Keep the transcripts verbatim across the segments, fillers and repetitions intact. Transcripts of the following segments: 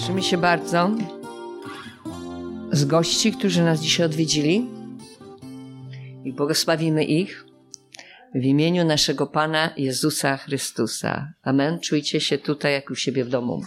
Cieszymy się bardzo z gości, którzy nas dzisiaj odwiedzili i błogosławimy ich w imieniu naszego Pana Jezusa Chrystusa. Amen. Czujcie się tutaj jak u siebie w domu.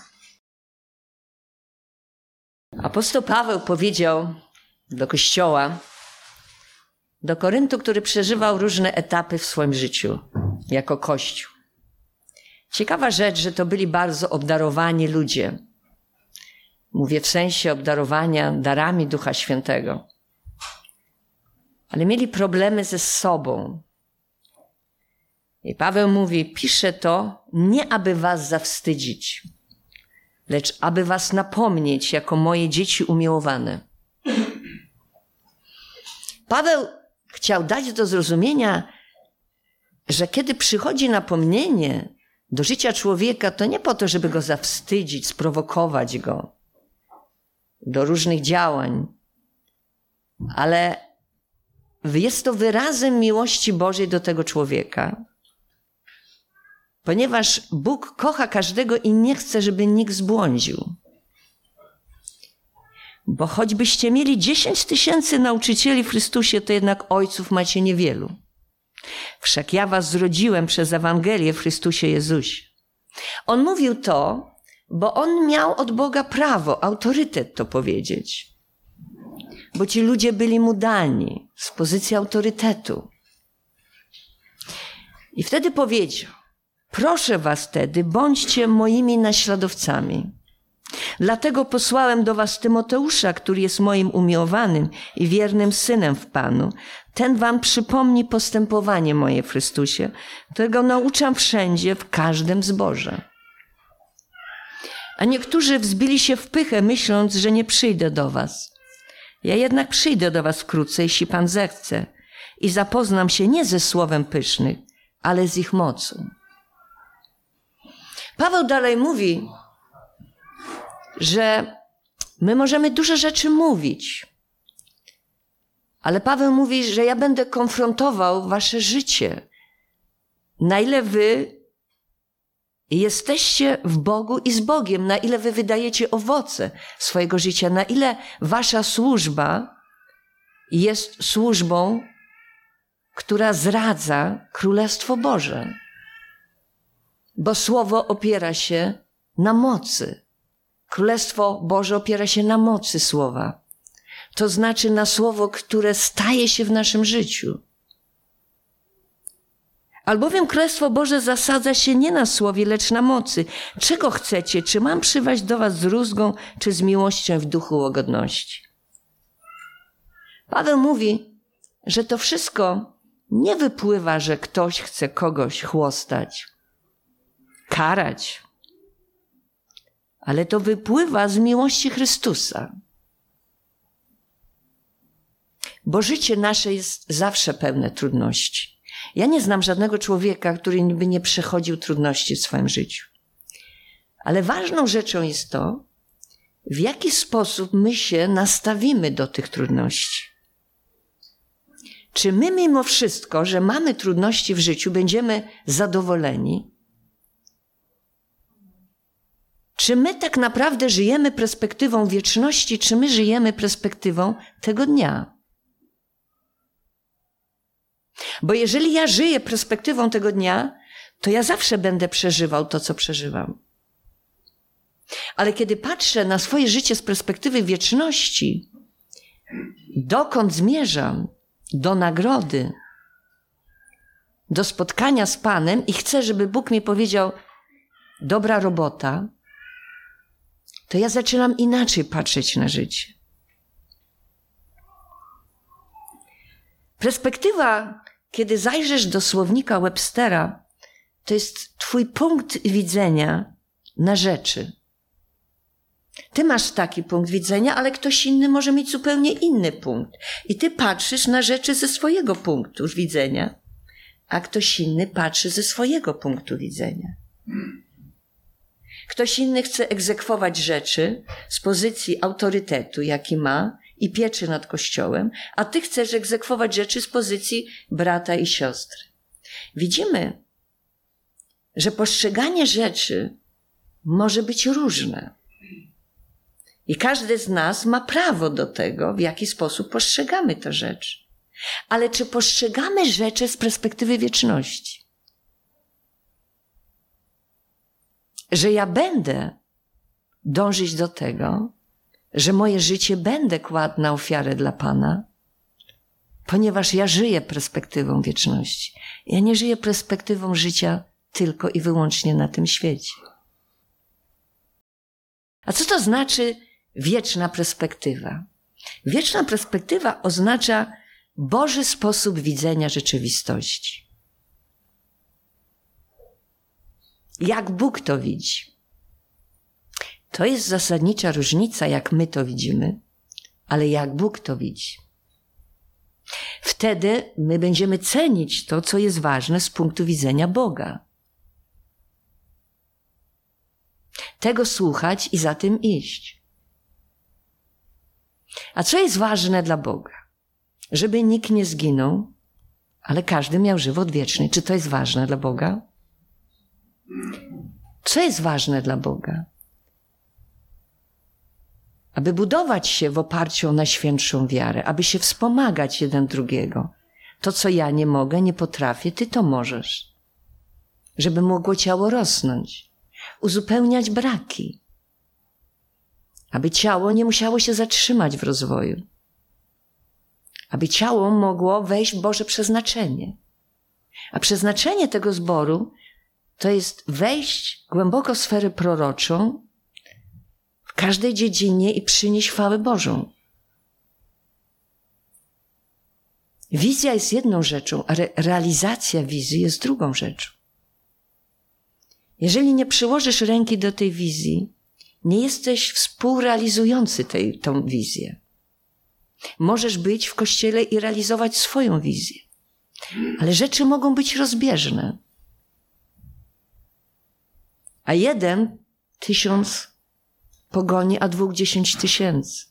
Apostoł Paweł powiedział do Kościoła, do Koryntu, który przeżywał różne etapy w swoim życiu jako Kościół. Ciekawa rzecz, że to byli bardzo obdarowani ludzie. Mówię w sensie obdarowania darami Ducha Świętego. Ale mieli problemy ze sobą. I Paweł mówi, piszę to nie aby was zawstydzić, lecz aby was napomnieć jako moje dzieci umiłowane. Paweł chciał dać do zrozumienia, że kiedy przychodzi napomnienie do życia człowieka, to nie po to, żeby go zawstydzić, sprowokować go do różnych działań, ale jest to wyrazem miłości Bożej do tego człowieka, ponieważ Bóg kocha każdego i nie chce, żeby nikt zbłądził. Bo choćbyście mieli dziesięć tysięcy nauczycieli w Chrystusie, to jednak ojców macie niewielu. Wszak ja was zrodziłem przez Ewangelię w Chrystusie Jezusie. On mówił to, bo on miał od Boga prawo, autorytet to powiedzieć. Bo ci ludzie byli mu dani z pozycji autorytetu. I wtedy powiedział, proszę was wtedy, bądźcie moimi naśladowcami. Dlatego posłałem do was Tymoteusza, który jest moim umiłowanym i wiernym synem w Panu. Ten wam przypomni postępowanie moje w Chrystusie, którego nauczam wszędzie, w każdym zborze. A niektórzy wzbili się w pychę, myśląc, że nie przyjdę do was. Ja jednak przyjdę do was wkrótce, jeśli Pan zechce, i zapoznam się nie ze słowem pysznych, ale z ich mocą. Paweł dalej mówi, że my możemy dużo rzeczy mówić, ale Paweł mówi, że ja będę konfrontował wasze życie. Na ile wy jesteście w Bogu i z Bogiem, na ile wy wydajecie owoce swojego życia, na ile wasza służba jest służbą, która zdradza Królestwo Boże. Bo Słowo opiera się na mocy. Królestwo Boże opiera się na mocy Słowa. To znaczy na Słowo, które staje się w naszym życiu. Albowiem Królestwo Boże zasadza się nie na Słowie, lecz na mocy. Czego chcecie? Czy mam przywaść do was z rózgą, czy z miłością w duchu łagodności? Paweł mówi, że to wszystko nie wypływa, że ktoś chce kogoś chłostać, karać, ale to wypływa z miłości Chrystusa. Bo życie nasze jest zawsze pełne trudności. Ja nie znam żadnego człowieka, który by nie przechodził trudności w swoim życiu. Ale ważną rzeczą jest to, w jaki sposób my się nastawimy do tych trudności. Czy my mimo wszystko, że mamy trudności w życiu, będziemy zadowoleni? Czy my tak naprawdę żyjemy perspektywą wieczności, czy my żyjemy perspektywą tego dnia? Bo jeżeli ja żyję perspektywą tego dnia, to ja zawsze będę przeżywał to, co przeżywam. Ale kiedy patrzę na swoje życie z perspektywy wieczności, dokąd zmierzam? Do nagrody, do spotkania z Panem i chcę, żeby Bóg mi powiedział, dobra robota, to ja zaczynam inaczej patrzeć na życie. Perspektywa, kiedy zajrzysz do słownika Webstera, to jest twój punkt widzenia na rzeczy. Ty masz taki punkt widzenia, ale ktoś inny może mieć zupełnie inny punkt. I ty patrzysz na rzeczy ze swojego punktu widzenia, a ktoś inny patrzy ze swojego punktu widzenia. Ktoś inny chce egzekwować rzeczy z pozycji autorytetu, jaki ma i pieczy nad Kościołem, a ty chcesz egzekwować rzeczy z pozycji brata i siostry. Widzimy, że postrzeganie rzeczy może być różne. I każdy z nas ma prawo do tego, w jaki sposób postrzegamy tę rzecz. Ale czy postrzegamy rzeczy z perspektywy wieczności? Że ja będę dążyć do tego, że moje życie będę kładł na ofiarę dla Pana, ponieważ ja żyję perspektywą wieczności. Ja nie żyję perspektywą życia tylko i wyłącznie na tym świecie. A co to znaczy wieczna perspektywa? Wieczna perspektywa oznacza Boży sposób widzenia rzeczywistości. Jak Bóg to widzi. To jest zasadnicza różnica, jak my to widzimy, ale jak Bóg to widzi. Wtedy my będziemy cenić to, co jest ważne z punktu widzenia Boga. Tego słuchać i za tym iść. A co jest ważne dla Boga? Żeby nikt nie zginął, ale każdy miał żywot wieczny. Czy to jest ważne dla Boga? Co jest ważne dla Boga? Aby budować się w oparciu o najświętszą wiarę, aby się wspomagać jeden drugiego. To, co ja nie mogę, nie potrafię, Ty to możesz. Żeby mogło ciało rosnąć, uzupełniać braki. Aby ciało nie musiało się zatrzymać w rozwoju. Aby ciało mogło wejść w Boże przeznaczenie. A przeznaczenie tego zboru to jest wejść głęboko w sferę proroczą, w każdej dziedzinie i przynieść chwałę Bożą. Wizja jest jedną rzeczą, a re- realizacja wizji jest drugą rzeczą. Jeżeli nie przyłożysz ręki do tej wizji, nie jesteś współrealizujący tej, tą wizję. Możesz być w Kościele i realizować swoją wizję. Ale rzeczy mogą być rozbieżne. A jeden tysiąc pogoni, a dwóch dziesięć tysięcy.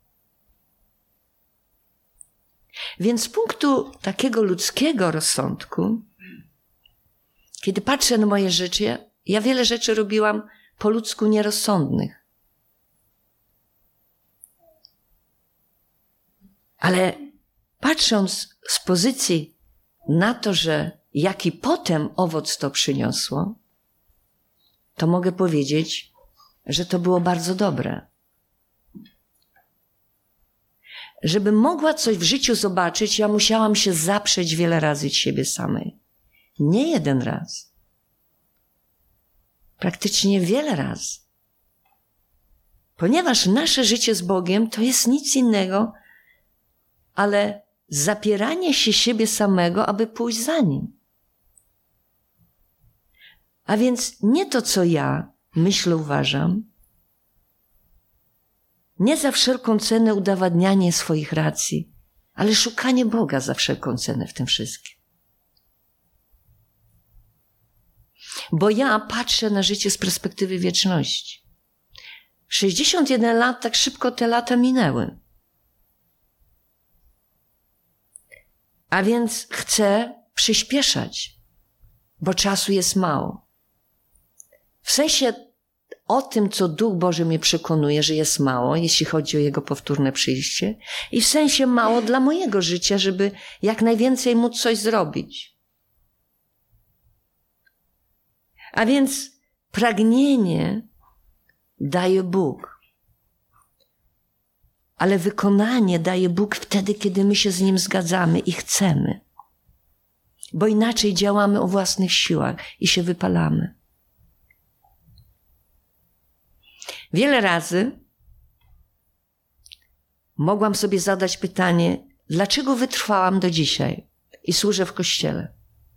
Więc z punktu takiego ludzkiego rozsądku, kiedy patrzę na moje życie, ja wiele rzeczy robiłam po ludzku nierozsądnych. Ale patrząc z pozycji na to, że jaki potem owoc to przyniosło, to mogę powiedzieć, że to było bardzo dobre. Żebym mogła coś w życiu zobaczyć, ja musiałam się zaprzeć wiele razy siebie samej. Nie jeden raz. Praktycznie wiele razy. Ponieważ nasze życie z Bogiem to jest nic innego, ale zapieranie się siebie samego, aby pójść za Nim. A więc nie to, co ja myślę, uważam, nie za wszelką cenę udowadnianie swoich racji, ale szukanie Boga za wszelką cenę w tym wszystkim. Bo ja patrzę na życie z perspektywy wieczności. sześćdziesiąt jeden lat, tak szybko te lata minęły. A więc chcę przyspieszać, bo czasu jest mało. W sensie o tym, co Duch Boży mnie przekonuje, że jest mało, jeśli chodzi o Jego powtórne przyjście, i w sensie mało dla mojego życia, żeby jak najwięcej móc coś zrobić. A więc pragnienie daje Bóg. Ale wykonanie daje Bóg wtedy, kiedy my się z Nim zgadzamy i chcemy. Bo inaczej działamy o własnych siłach i się wypalamy. Wiele razy mogłam sobie zadać pytanie, dlaczego wytrwałam do dzisiaj i służę w Kościele?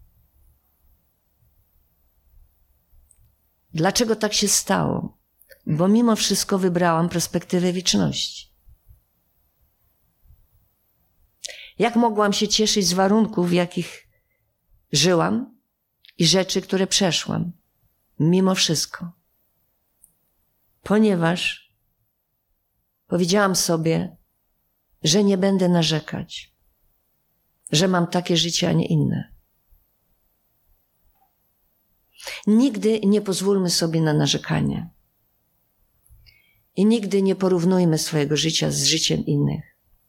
Dlaczego tak się stało? Bo mimo wszystko wybrałam perspektywę wieczności. Jak mogłam się cieszyć z warunków, w jakich żyłam i rzeczy, które przeszłam? Mimo wszystko. Ponieważ powiedziałam sobie, że nie będę narzekać, że mam takie życie, a nie inne. Nigdy nie pozwólmy sobie na narzekanie. I nigdy nie porównujmy swojego życia z życiem innych.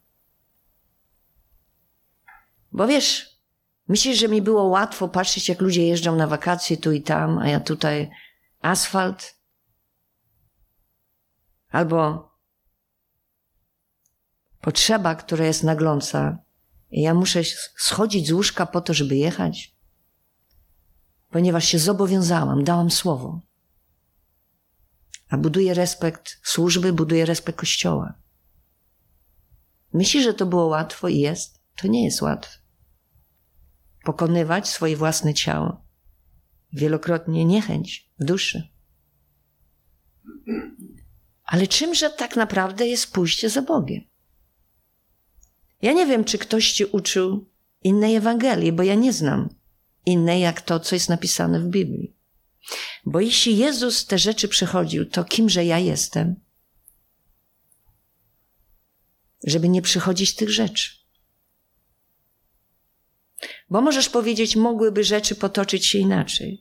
Bo wiesz, myślisz, że mi było łatwo patrzeć, jak ludzie jeżdżą na wakacje tu i tam, a ja tutaj asfalt? Albo potrzeba, która jest nagląca i ja muszę schodzić z łóżka po to, żeby jechać? Ponieważ się zobowiązałam, dałam słowo. A buduje respekt służby, buduje respekt Kościoła. Myślisz, że to było łatwo i jest? To nie jest łatwe. Pokonywać swoje własne ciało. Wielokrotnie niechęć w duszy. Ale czymże tak naprawdę jest pójście za Bogiem? Ja nie wiem, czy ktoś Cię uczył innej Ewangelii, bo ja nie znam innej jak to, co jest napisane w Biblii. Bo jeśli Jezus te rzeczy przechodził, to kimże ja jestem? Żeby nie przychodzić tych rzeczy. Bo możesz powiedzieć, mogłyby rzeczy potoczyć się inaczej.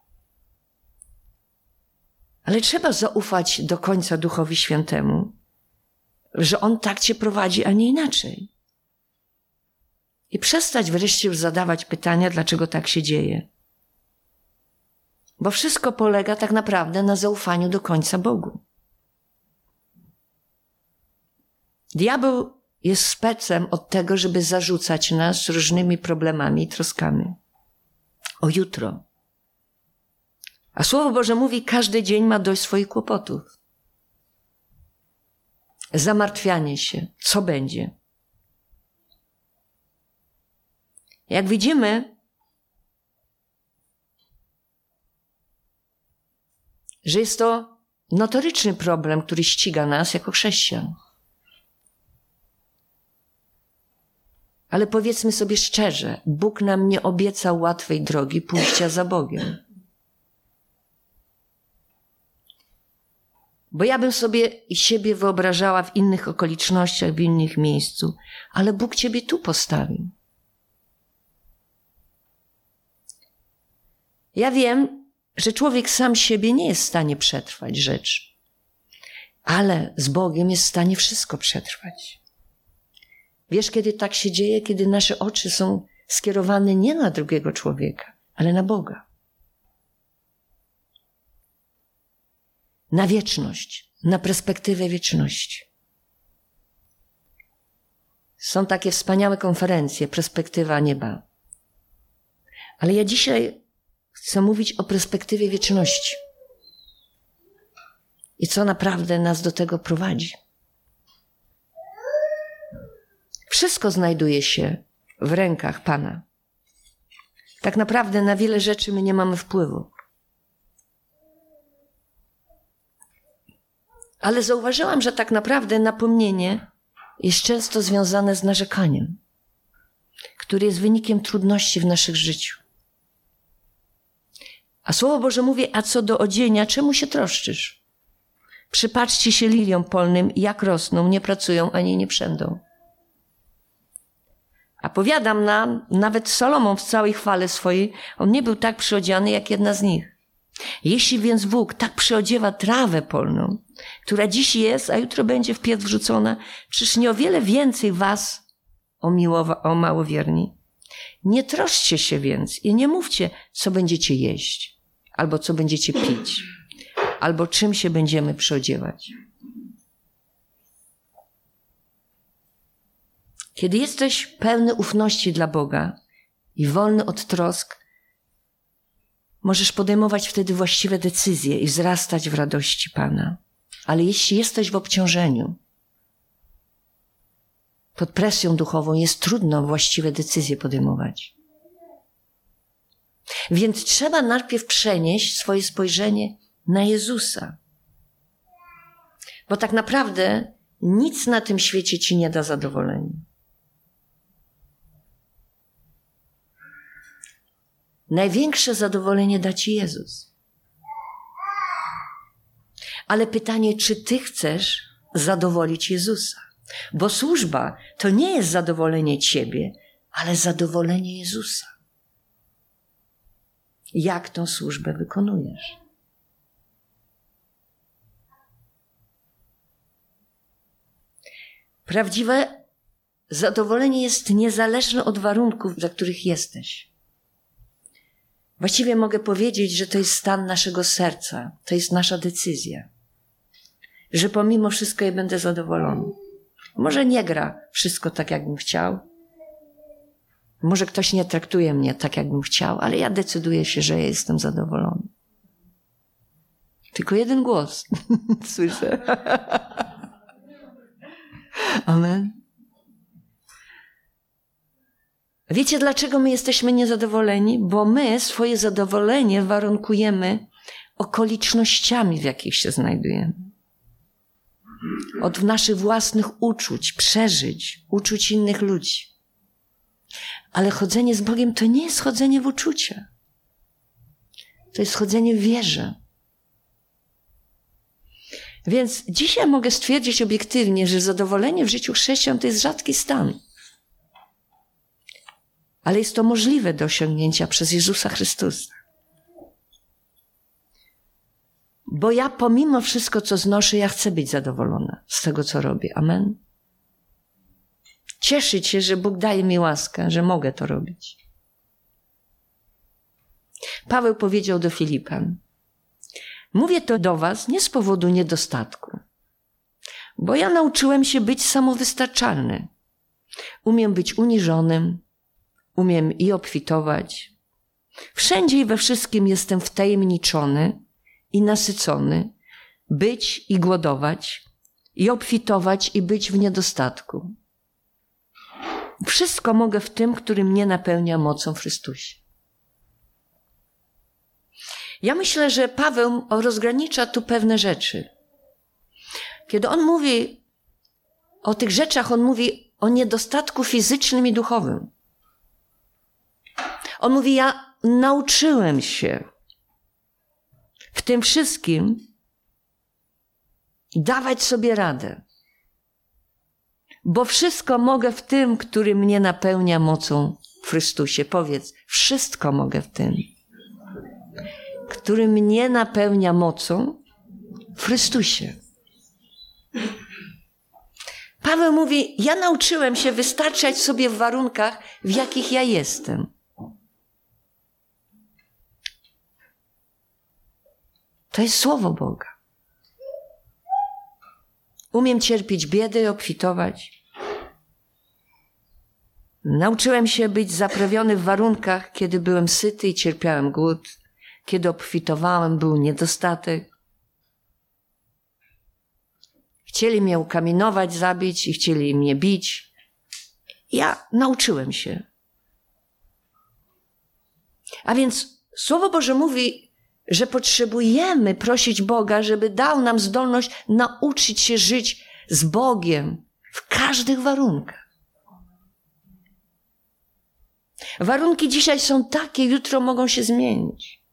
Ale trzeba zaufać do końca Duchowi Świętemu, że On tak Cię prowadzi, a nie inaczej. I przestać wreszcie już zadawać pytania, dlaczego tak się dzieje. Bo wszystko polega tak naprawdę na zaufaniu do końca Bogu. Diabeł jest specem od tego, żeby zarzucać nas różnymi problemami i troskami. O jutro. A Słowo Boże mówi, każdy dzień ma dość swoich kłopotów. Zamartwianie się. Co będzie? Jak widzimy, że jest to notoryczny problem, który ściga nas jako chrześcijan. Ale powiedzmy sobie szczerze, Bóg nam nie obiecał łatwej drogi pójścia za Bogiem. Bo ja bym sobie i siebie wyobrażała w innych okolicznościach, w innych miejscu, ale Bóg Ciebie tu postawił. Ja wiem, że człowiek sam siebie nie jest w stanie przetrwać rzeczy, ale z Bogiem jest w stanie wszystko przetrwać. Wiesz, kiedy tak się dzieje? Kiedy nasze oczy są skierowane nie na drugiego człowieka, ale na Boga. Na wieczność, na perspektywę wieczności. Są takie wspaniałe konferencje, perspektywa nieba. Ale ja dzisiaj chcę mówić o perspektywie wieczności. I co naprawdę nas do tego prowadzi. Wszystko znajduje się w rękach Pana. Tak naprawdę na wiele rzeczy my nie mamy wpływu. Ale zauważyłam, że tak naprawdę napomnienie jest często związane z narzekaniem, które jest wynikiem trudności w naszych życiu. A Słowo Boże mówi, a co do odzienia, czemu się troszczysz? Przypatrzcie się liliom polnym, jak rosną, nie pracują, ani nie przędą. A powiadam nam, nawet Salomon w całej chwale swojej, on nie był tak przyodziany jak jedna z nich. Jeśli więc Bóg tak przyodziewa trawę polną, która dziś jest, a jutro będzie w piec wrzucona, czyż nie o wiele więcej was, o, miłowa, o małowierni? Nie troszczcie się więc i nie mówcie, co będziecie jeść, albo co będziecie pić, albo czym się będziemy przyodziewać. Kiedy jesteś pełny ufności dla Boga i wolny od trosk, możesz podejmować wtedy właściwe decyzje i wzrastać w radości Pana. Ale jeśli jesteś w obciążeniu, pod presją duchową, jest trudno właściwe decyzje podejmować. Więc trzeba najpierw przenieść swoje spojrzenie na Jezusa. Bo tak naprawdę nic na tym świecie ci nie da zadowolenia. Największe zadowolenie da ci Jezus. Ale pytanie, czy ty chcesz zadowolić Jezusa? Bo służba to nie jest zadowolenie ciebie, ale zadowolenie Jezusa. Jak tą służbę wykonujesz? Prawdziwe zadowolenie jest niezależne od warunków, za których jesteś. Właściwie mogę powiedzieć, że to jest stan naszego serca. To jest nasza decyzja. Że pomimo wszystko ja będę zadowolony. Może nie gra wszystko tak, jakbym chciał. Może ktoś nie traktuje mnie tak, jakbym chciał, ale ja decyduję się, że ja jestem zadowolony. Tylko jeden głos słyszę. Amen. Wiecie, dlaczego my jesteśmy niezadowoleni? Bo my swoje zadowolenie warunkujemy okolicznościami, w jakich się znajdujemy. Od naszych własnych uczuć, przeżyć, uczuć innych ludzi. Ale chodzenie z Bogiem to nie jest chodzenie w uczucia. To jest chodzenie w wierze. Więc dzisiaj mogę stwierdzić obiektywnie, że zadowolenie w życiu chrześcijan to jest rzadki stan. Ale jest to możliwe do osiągnięcia przez Jezusa Chrystusa. Bo ja pomimo wszystko, co znoszę, ja chcę być zadowolona z tego, co robię. Amen. Cieszyć się, że Bóg daje mi łaskę, że mogę to robić. Paweł powiedział do Filipan: mówię to do was nie z powodu niedostatku, bo ja nauczyłem się być samowystarczalny. Umiem być uniżonym, umiem i obfitować. Wszędzie i we wszystkim jestem wtajemniczony i nasycony, być i głodować, i obfitować i być w niedostatku. Wszystko mogę w tym, który mnie napełnia mocą w Chrystusie. Ja myślę, że Paweł rozgranicza tu pewne rzeczy. Kiedy on mówi o tych rzeczach, on mówi o niedostatku fizycznym i duchowym. On mówi, ja nauczyłem się w tym wszystkim dawać sobie radę. Bo wszystko mogę w tym, który mnie napełnia mocą w Chrystusie. Powiedz, wszystko mogę w tym, który mnie napełnia mocą w Chrystusie. Paweł mówi, ja nauczyłem się wystarczać sobie w warunkach, w jakich ja jestem. To jest słowo Boga. Umiem cierpieć biedę i obfitować. Nauczyłem się być zaprawiony w warunkach, kiedy byłem syty i cierpiałem głód. Kiedy obfitowałem, był niedostatek. Chcieli mnie ukamienować, zabić i chcieli mnie bić. Ja nauczyłem się. A więc Słowo Boże mówi, że potrzebujemy prosić Boga, żeby dał nam zdolność nauczyć się żyć z Bogiem w każdych warunkach. Warunki dzisiaj są takie, jutro mogą się zmienić.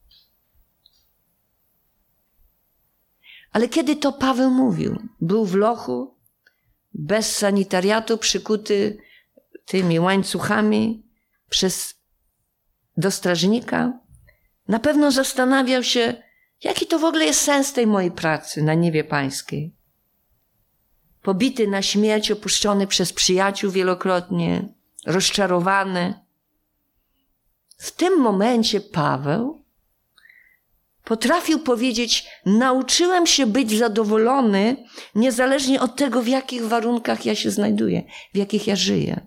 Ale kiedy to Paweł mówił? Był w lochu, bez sanitariatu, przykuty tymi łańcuchami przez, do strażnika. Na pewno zastanawiał się, jaki to w ogóle jest sens tej mojej pracy na niebie pańskiej. Pobity na śmierć, opuszczony przez przyjaciół wielokrotnie, rozczarowany. W tym momencie Paweł potrafił powiedzieć, nauczyłem się być zadowolony, niezależnie od tego, w jakich warunkach ja się znajduję, w jakich ja żyję.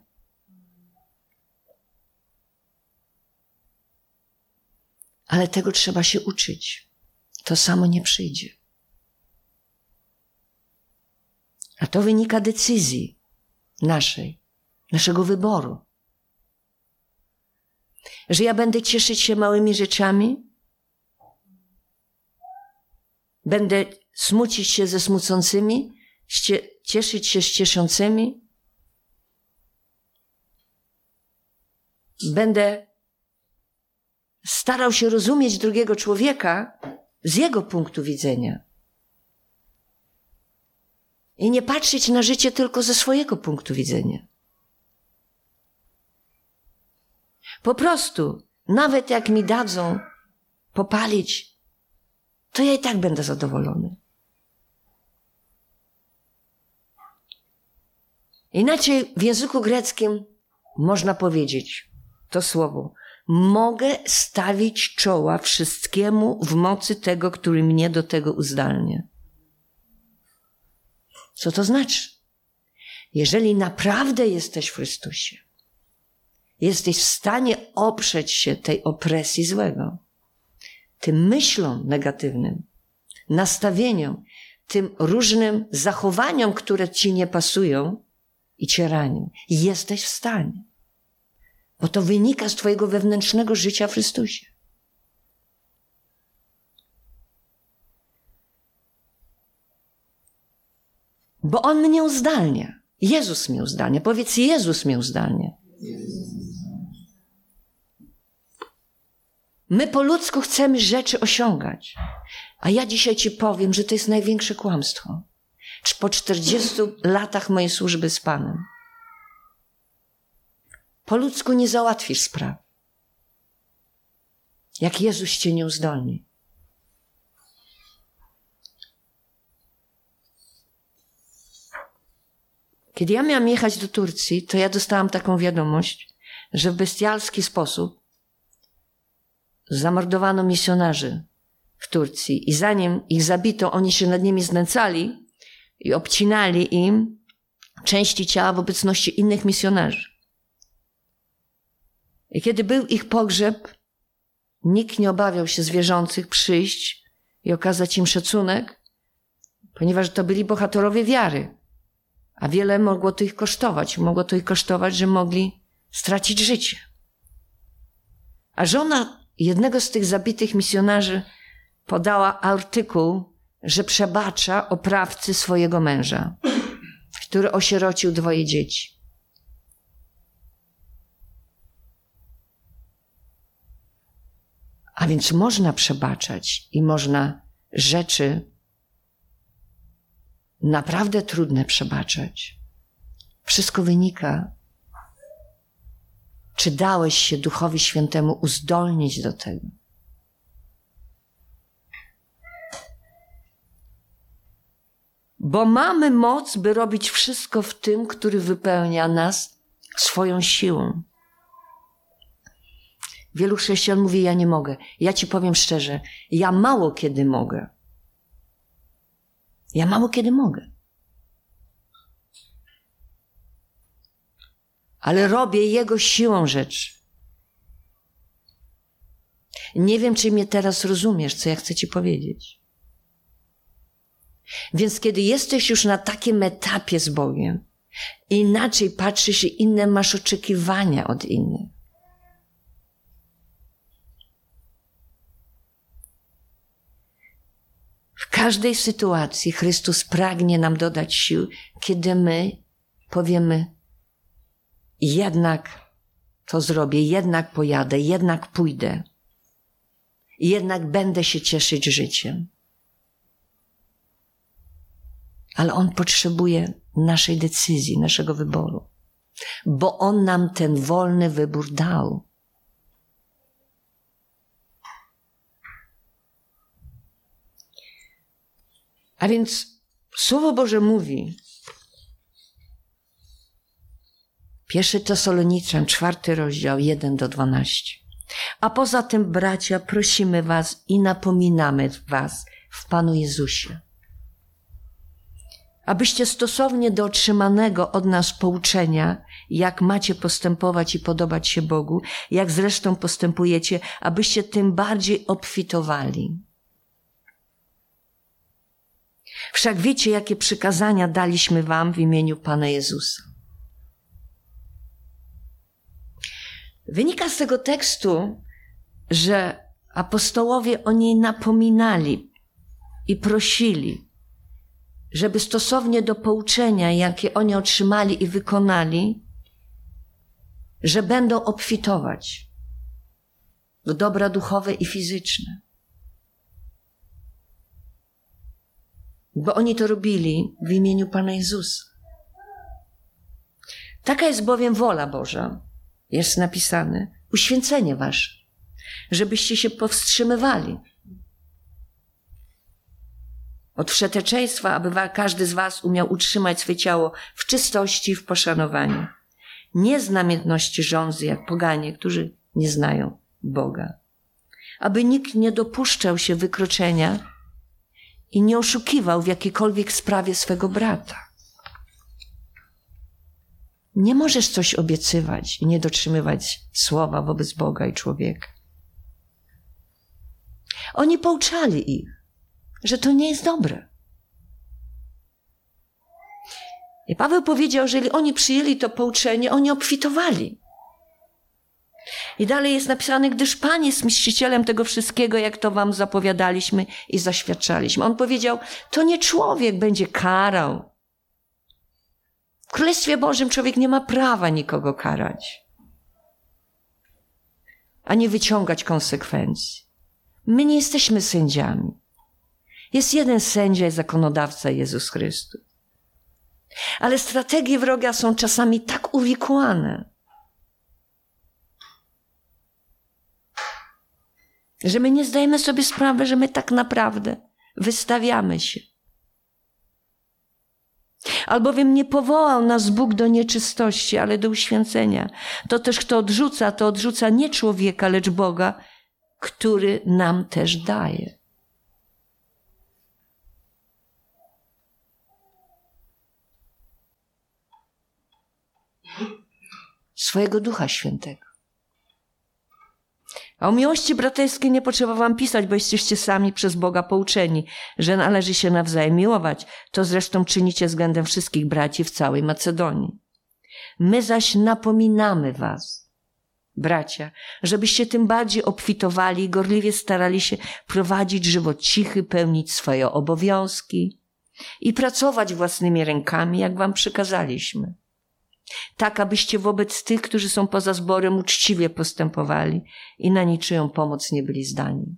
Ale tego trzeba się uczyć. To samo nie przyjdzie. A to wynika decyzji naszej, naszego wyboru. Że ja będę cieszyć się małymi rzeczami, będę smucić się ze smucącymi, cieszyć się z cieszącymi. Będę starał się rozumieć drugiego człowieka z jego punktu widzenia. I nie patrzeć na życie tylko ze swojego punktu widzenia. Po prostu, nawet jak mi dadzą popalić, to ja i tak będę zadowolony. Inaczej w języku greckim można powiedzieć to słowo: mogę stawić czoła wszystkiemu w mocy tego, który mnie do tego uzdalnia. Co to znaczy? Jeżeli naprawdę jesteś w Chrystusie, jesteś w stanie oprzeć się tej opresji złego, tym myślom negatywnym, nastawieniom, tym różnym zachowaniom, które ci nie pasują i cię ranią. Jesteś w stanie. Bo to wynika z twojego wewnętrznego życia w Chrystusie. Bo On mnie uzdalnia. Jezus mnie uzdalnia. Powiedz, Jezus mnie uzdalnia. My po ludzku chcemy rzeczy osiągać. A ja dzisiaj ci powiem, że to jest największe kłamstwo. Po czterdziestu latach mojej służby z Panem. Po ludzku nie załatwisz spraw. Jak Jezus cię nie uzdolni. Kiedy ja miałam jechać do Turcji, to ja dostałam taką wiadomość, że w bestialski sposób zamordowano misjonarzy w Turcji i zanim ich zabito, oni się nad nimi znęcali i obcinali im części ciała w obecności innych misjonarzy. I kiedy był ich pogrzeb, nikt nie obawiał się zwierzących przyjść i okazać im szacunek, ponieważ to byli bohaterowie wiary. A wiele mogło to ich kosztować. Mogło to ich kosztować, że mogli stracić życie. A żona jednego z tych zabitych misjonarzy podała artykuł, że przebacza oprawcy swojego męża, który osierocił dwoje dzieci. A więc można przebaczać i można rzeczy naprawdę trudne przebaczać. Wszystko wynika, czy dałeś się Duchowi Świętemu uzdolnić do tego. Bo mamy moc, by robić wszystko w tym, który wypełnia nas swoją siłą. Wielu chrześcijan mówi, ja nie mogę. Ja ci powiem szczerze, ja mało kiedy mogę. Ja mało kiedy mogę. Ale robię Jego siłą rzeczy. Nie wiem, czy mnie teraz rozumiesz, co ja chcę ci powiedzieć. Więc kiedy jesteś już na takim etapie z Bogiem, inaczej patrzysz i inne masz oczekiwania od innych. W każdej sytuacji Chrystus pragnie nam dodać sił, kiedy my powiemy, jednak to zrobię, jednak pojadę, jednak pójdę, jednak będę się cieszyć życiem. Ale On potrzebuje naszej decyzji, naszego wyboru, bo On nam ten wolny wybór dał. A więc Słowo Boże mówi, pierwszy Tesaloniczan, czwarty rozdział, jeden do dwunastu. A poza tym, bracia, prosimy was i napominamy was w Panu Jezusie, abyście stosownie do otrzymanego od nas pouczenia, jak macie postępować i podobać się Bogu, jak zresztą postępujecie, abyście tym bardziej obfitowali. Wszak wiecie, jakie przykazania daliśmy wam w imieniu Pana Jezusa. Wynika z tego tekstu, że apostołowie o niej napominali i prosili, żeby stosownie do pouczenia, jakie oni otrzymali i wykonali, że będą obfitować w dobra duchowe i fizyczne. Bo oni to robili w imieniu Pana Jezusa. Taka jest bowiem wola Boża, jest napisane, uświęcenie wasze, żebyście się powstrzymywali od wszeteczeństwa, aby każdy z was umiał utrzymać swe ciało w czystości i w poszanowaniu. Nie z namiętności żądzy, jak poganie, którzy nie znają Boga. Aby nikt nie dopuszczał się wykroczenia i nie oszukiwał w jakiejkolwiek sprawie swego brata. Nie możesz coś obiecywać i nie dotrzymywać słowa wobec Boga i człowieka. Oni pouczali ich, że to nie jest dobre. I Paweł powiedział, że jeżeli oni przyjęli to pouczenie, oni obfitowali. I dalej jest napisane, gdyż Pan jest mścicielem tego wszystkiego, jak to wam zapowiadaliśmy i zaświadczaliśmy. On powiedział, to nie człowiek będzie karał. W Królestwie Bożym człowiek nie ma prawa nikogo karać, ani wyciągać konsekwencji. My nie jesteśmy sędziami. Jest jeden sędzia i zakonodawca, Jezus Chrystus. Ale strategie wroga są czasami tak uwikłane, że my nie zdajemy sobie sprawy, że my tak naprawdę wystawiamy się. Albowiem nie powołał nas Bóg do nieczystości, ale do uświęcenia. To też kto odrzuca, to odrzuca nie człowieka, lecz Boga, który nam też daje. Swojego Ducha Świętego. A o miłości braterskiej nie potrzeba wam pisać, bo jesteście sami przez Boga pouczeni, że należy się nawzajem miłować. To zresztą czynicie względem wszystkich braci w całej Macedonii. My zaś napominamy was, bracia, żebyście tym bardziej obfitowali i gorliwie starali się prowadzić żywot cichy, pełnić swoje obowiązki i pracować własnymi rękami, jak wam przykazaliśmy. Tak, abyście wobec tych, którzy są poza zborem, uczciwie postępowali i na niczyją pomoc nie byli zdani.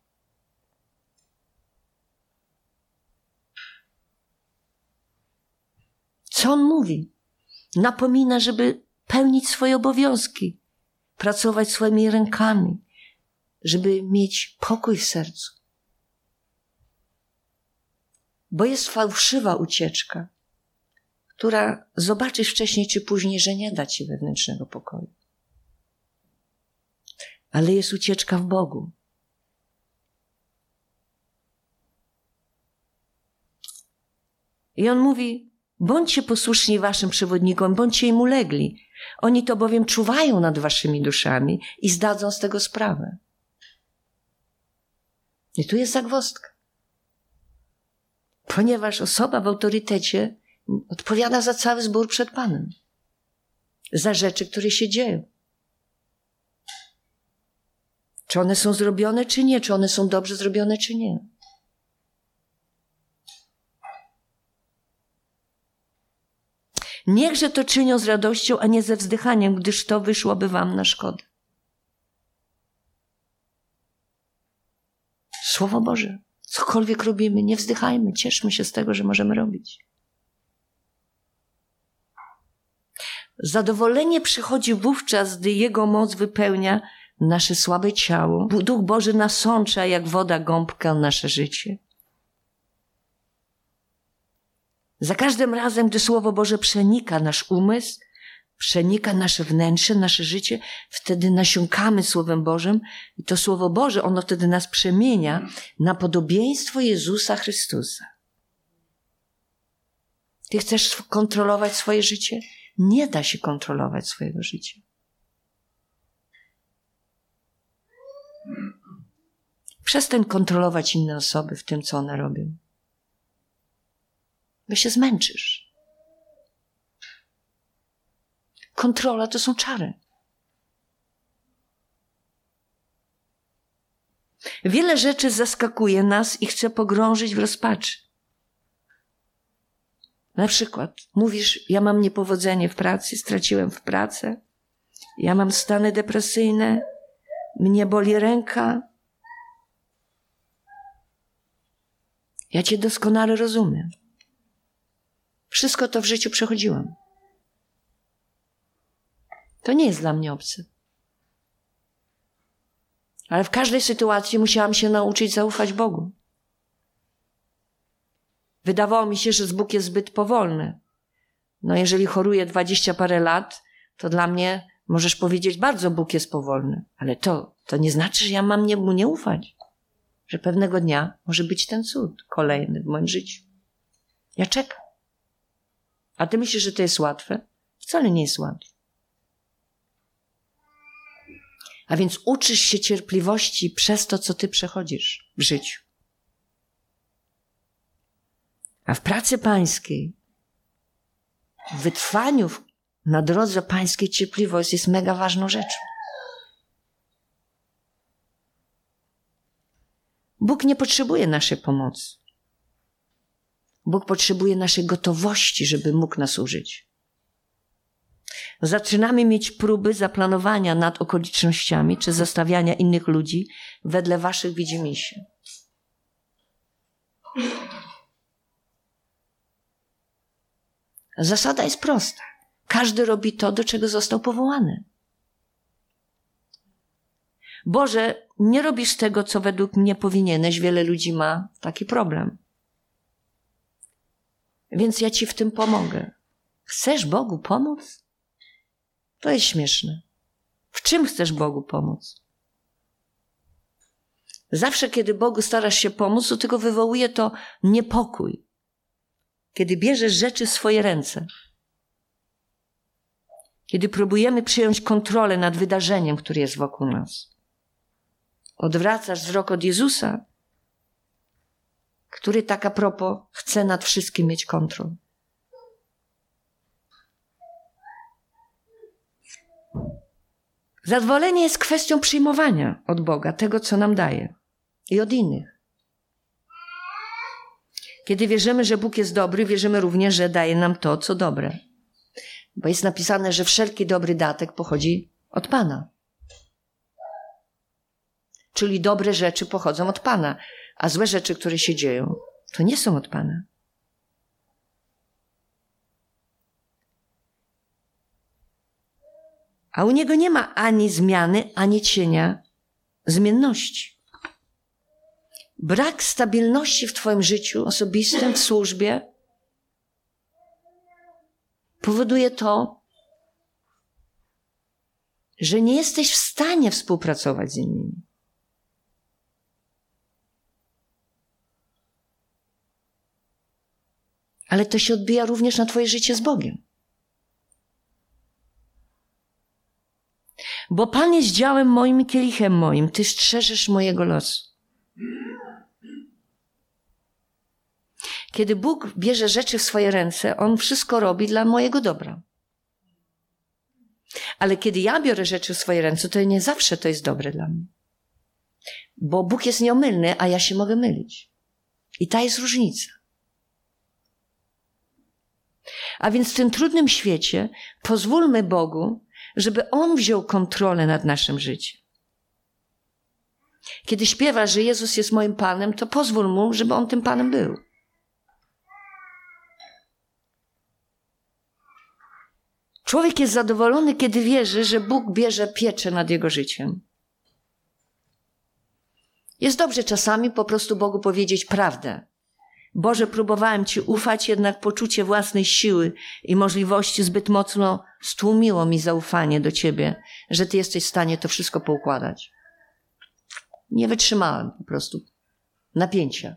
Co on mówi? Napomina, żeby pełnić swoje obowiązki, pracować swoimi rękami, żeby mieć pokój w sercu. Bo jest fałszywa ucieczka, która zobaczysz wcześniej czy później, że nie da ci wewnętrznego pokoju. Ale jest ucieczka w Bogu. I on mówi, bądźcie posłuszni waszym przewodnikom, bądźcie im ulegli. Oni to bowiem czuwają nad waszymi duszami i zdadzą z tego sprawę. I tu jest zagwozdka. Ponieważ osoba w autorytecie odpowiada za cały zbór przed Panem. Za rzeczy, które się dzieją. Czy one są zrobione, czy nie? Czy one są dobrze zrobione, czy nie? Niechże to czynią z radością, a nie ze wzdychaniem, gdyż to wyszłoby wam na szkodę. Słowo Boże. Cokolwiek robimy, nie wzdychajmy, cieszmy się z tego, że możemy robić. Zadowolenie przychodzi wówczas, gdy Jego moc wypełnia nasze słabe ciało. Duch Boży nasącza jak woda gąbka nasze życie. Za każdym razem, gdy Słowo Boże przenika nasz umysł, przenika nasze wnętrze, nasze życie, wtedy nasiąkamy Słowem Bożym i to Słowo Boże, ono wtedy nas przemienia na podobieństwo Jezusa Chrystusa. Ty chcesz kontrolować swoje życie? Nie da się kontrolować swojego życia. Przestań kontrolować inne osoby w tym, co one robią. Bo się zmęczysz. Kontrola to są czary. Wiele rzeczy zaskakuje nas i chce pogrążyć w rozpaczy. Na przykład mówisz, ja mam niepowodzenie w pracy, straciłem w pracę, ja mam stany depresyjne, mnie boli ręka. Ja cię doskonale rozumiem. Wszystko to w życiu przechodziłam. To nie jest dla mnie obce. Ale w każdej sytuacji musiałam się nauczyć zaufać Bogu. Wydawało mi się, że Bóg jest zbyt powolny. No jeżeli choruję dwadzieścia parę lat, to dla mnie możesz powiedzieć, bardzo Bóg jest powolny. Ale to, to nie znaczy, że ja mam nie, mu nie ufać. Że pewnego dnia może być ten cud kolejny w moim życiu. Ja czekam. A ty myślisz, że to jest łatwe? Wcale nie jest łatwe. A więc uczysz się cierpliwości przez to, co ty przechodzisz w życiu. A w pracy pańskiej, w wytrwaniu na drodze pańskiej cierpliwość jest mega ważną rzeczą. Bóg nie potrzebuje naszej pomocy. Bóg potrzebuje naszej gotowości, żeby mógł nas użyć. Zaczynamy mieć próby zaplanowania nad okolicznościami czy zastawiania innych ludzi wedle waszych widzimisię. Zasada jest prosta. Każdy robi to, do czego został powołany. Boże, nie robisz tego, co według mnie powinieneś. Wiele ludzi ma taki problem. Więc ja ci w tym pomogę. Chcesz Bogu pomóc? To jest śmieszne. W czym chcesz Bogu pomóc? Zawsze, kiedy Bogu starasz się pomóc, to tylko wywołuje to niepokój. Kiedy bierzesz rzeczy w swoje ręce. Kiedy próbujemy przyjąć kontrolę nad wydarzeniem, które jest wokół nas. Odwracasz wzrok od Jezusa, który tak a propos chce nad wszystkim mieć kontrolę. Zadowolenie jest kwestią przyjmowania od Boga tego, co nam daje i od innych. Kiedy wierzymy, że Bóg jest dobry, wierzymy również, że daje nam to, co dobre. Bo jest napisane, że wszelki dobry datek pochodzi od Pana. Czyli dobre rzeczy pochodzą od Pana, a złe rzeczy, które się dzieją, to nie są od Pana. A u Niego nie ma ani zmiany, ani cienia zmienności. Brak stabilności w twoim życiu osobistym, w służbie powoduje to, że nie jesteś w stanie współpracować z innymi. Ale to się odbija również na twoje życie z Bogiem. Bo Pan jest działem moim i kielichem moim. Ty strzeżesz mojego losu. Kiedy Bóg bierze rzeczy w swoje ręce, On wszystko robi dla mojego dobra. Ale kiedy ja biorę rzeczy w swoje ręce, to nie zawsze to jest dobre dla mnie. Bo Bóg jest nieomylny, a ja się mogę mylić. I ta jest różnica. A więc w tym trudnym świecie pozwólmy Bogu, żeby On wziął kontrolę nad naszym życiem. Kiedy śpiewasz, że Jezus jest moim Panem, to pozwól Mu, żeby On tym Panem był. Człowiek jest zadowolony, kiedy wierzy, że Bóg bierze pieczę nad jego życiem. Jest dobrze czasami po prostu Bogu powiedzieć prawdę. Boże, próbowałem Ci ufać, jednak poczucie własnej siły i możliwości zbyt mocno stłumiło mi zaufanie do Ciebie, że Ty jesteś w stanie to wszystko poukładać. Nie wytrzymałem po prostu napięcia.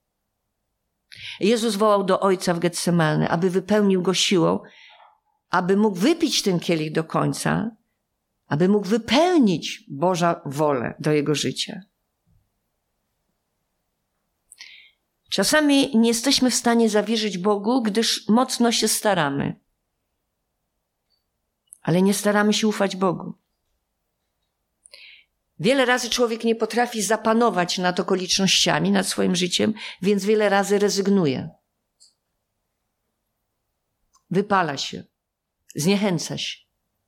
Jezus wołał do Ojca w Getsemane, aby wypełnił Go siłą, aby mógł wypić ten kielich do końca, aby mógł wypełnić Boża wolę do Jego życia. Czasami nie jesteśmy w stanie zawierzyć Bogu, gdyż mocno się staramy. Ale nie staramy się ufać Bogu. Wiele razy człowiek nie potrafi zapanować nad okolicznościami, nad swoim życiem, więc wiele razy rezygnuje. Wypala się. Zniechęca się.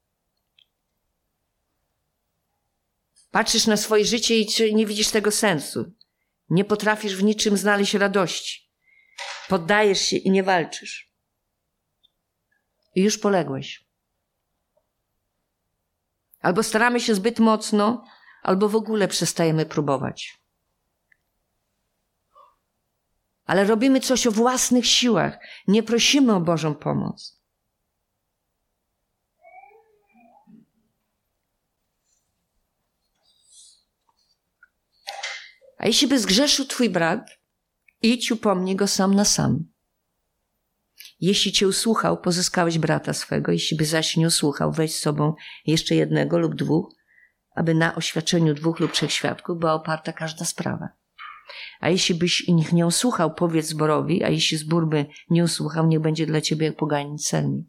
Patrzysz na swoje życie i nie widzisz tego sensu. Nie potrafisz w niczym znaleźć radości. Poddajesz się i nie walczysz. I już poległeś. Albo staramy się zbyt mocno, albo w ogóle przestajemy próbować. ale robimy coś o własnych siłach. Nie prosimy o Bożą pomoc. A jeśli by zgrzeszył twój brat, idź upomnij go sam na sam. Jeśli cię usłuchał, pozyskałeś brata swego, jeśli by zaś nie usłuchał, weź z sobą jeszcze jednego lub dwóch, aby na oświadczeniu dwóch lub trzech świadków była oparta każda sprawa. A jeśli byś ich nie usłuchał, powiedz zborowi, a jeśli zbór by nie usłuchał, niech będzie dla ciebie jak poganin celnik.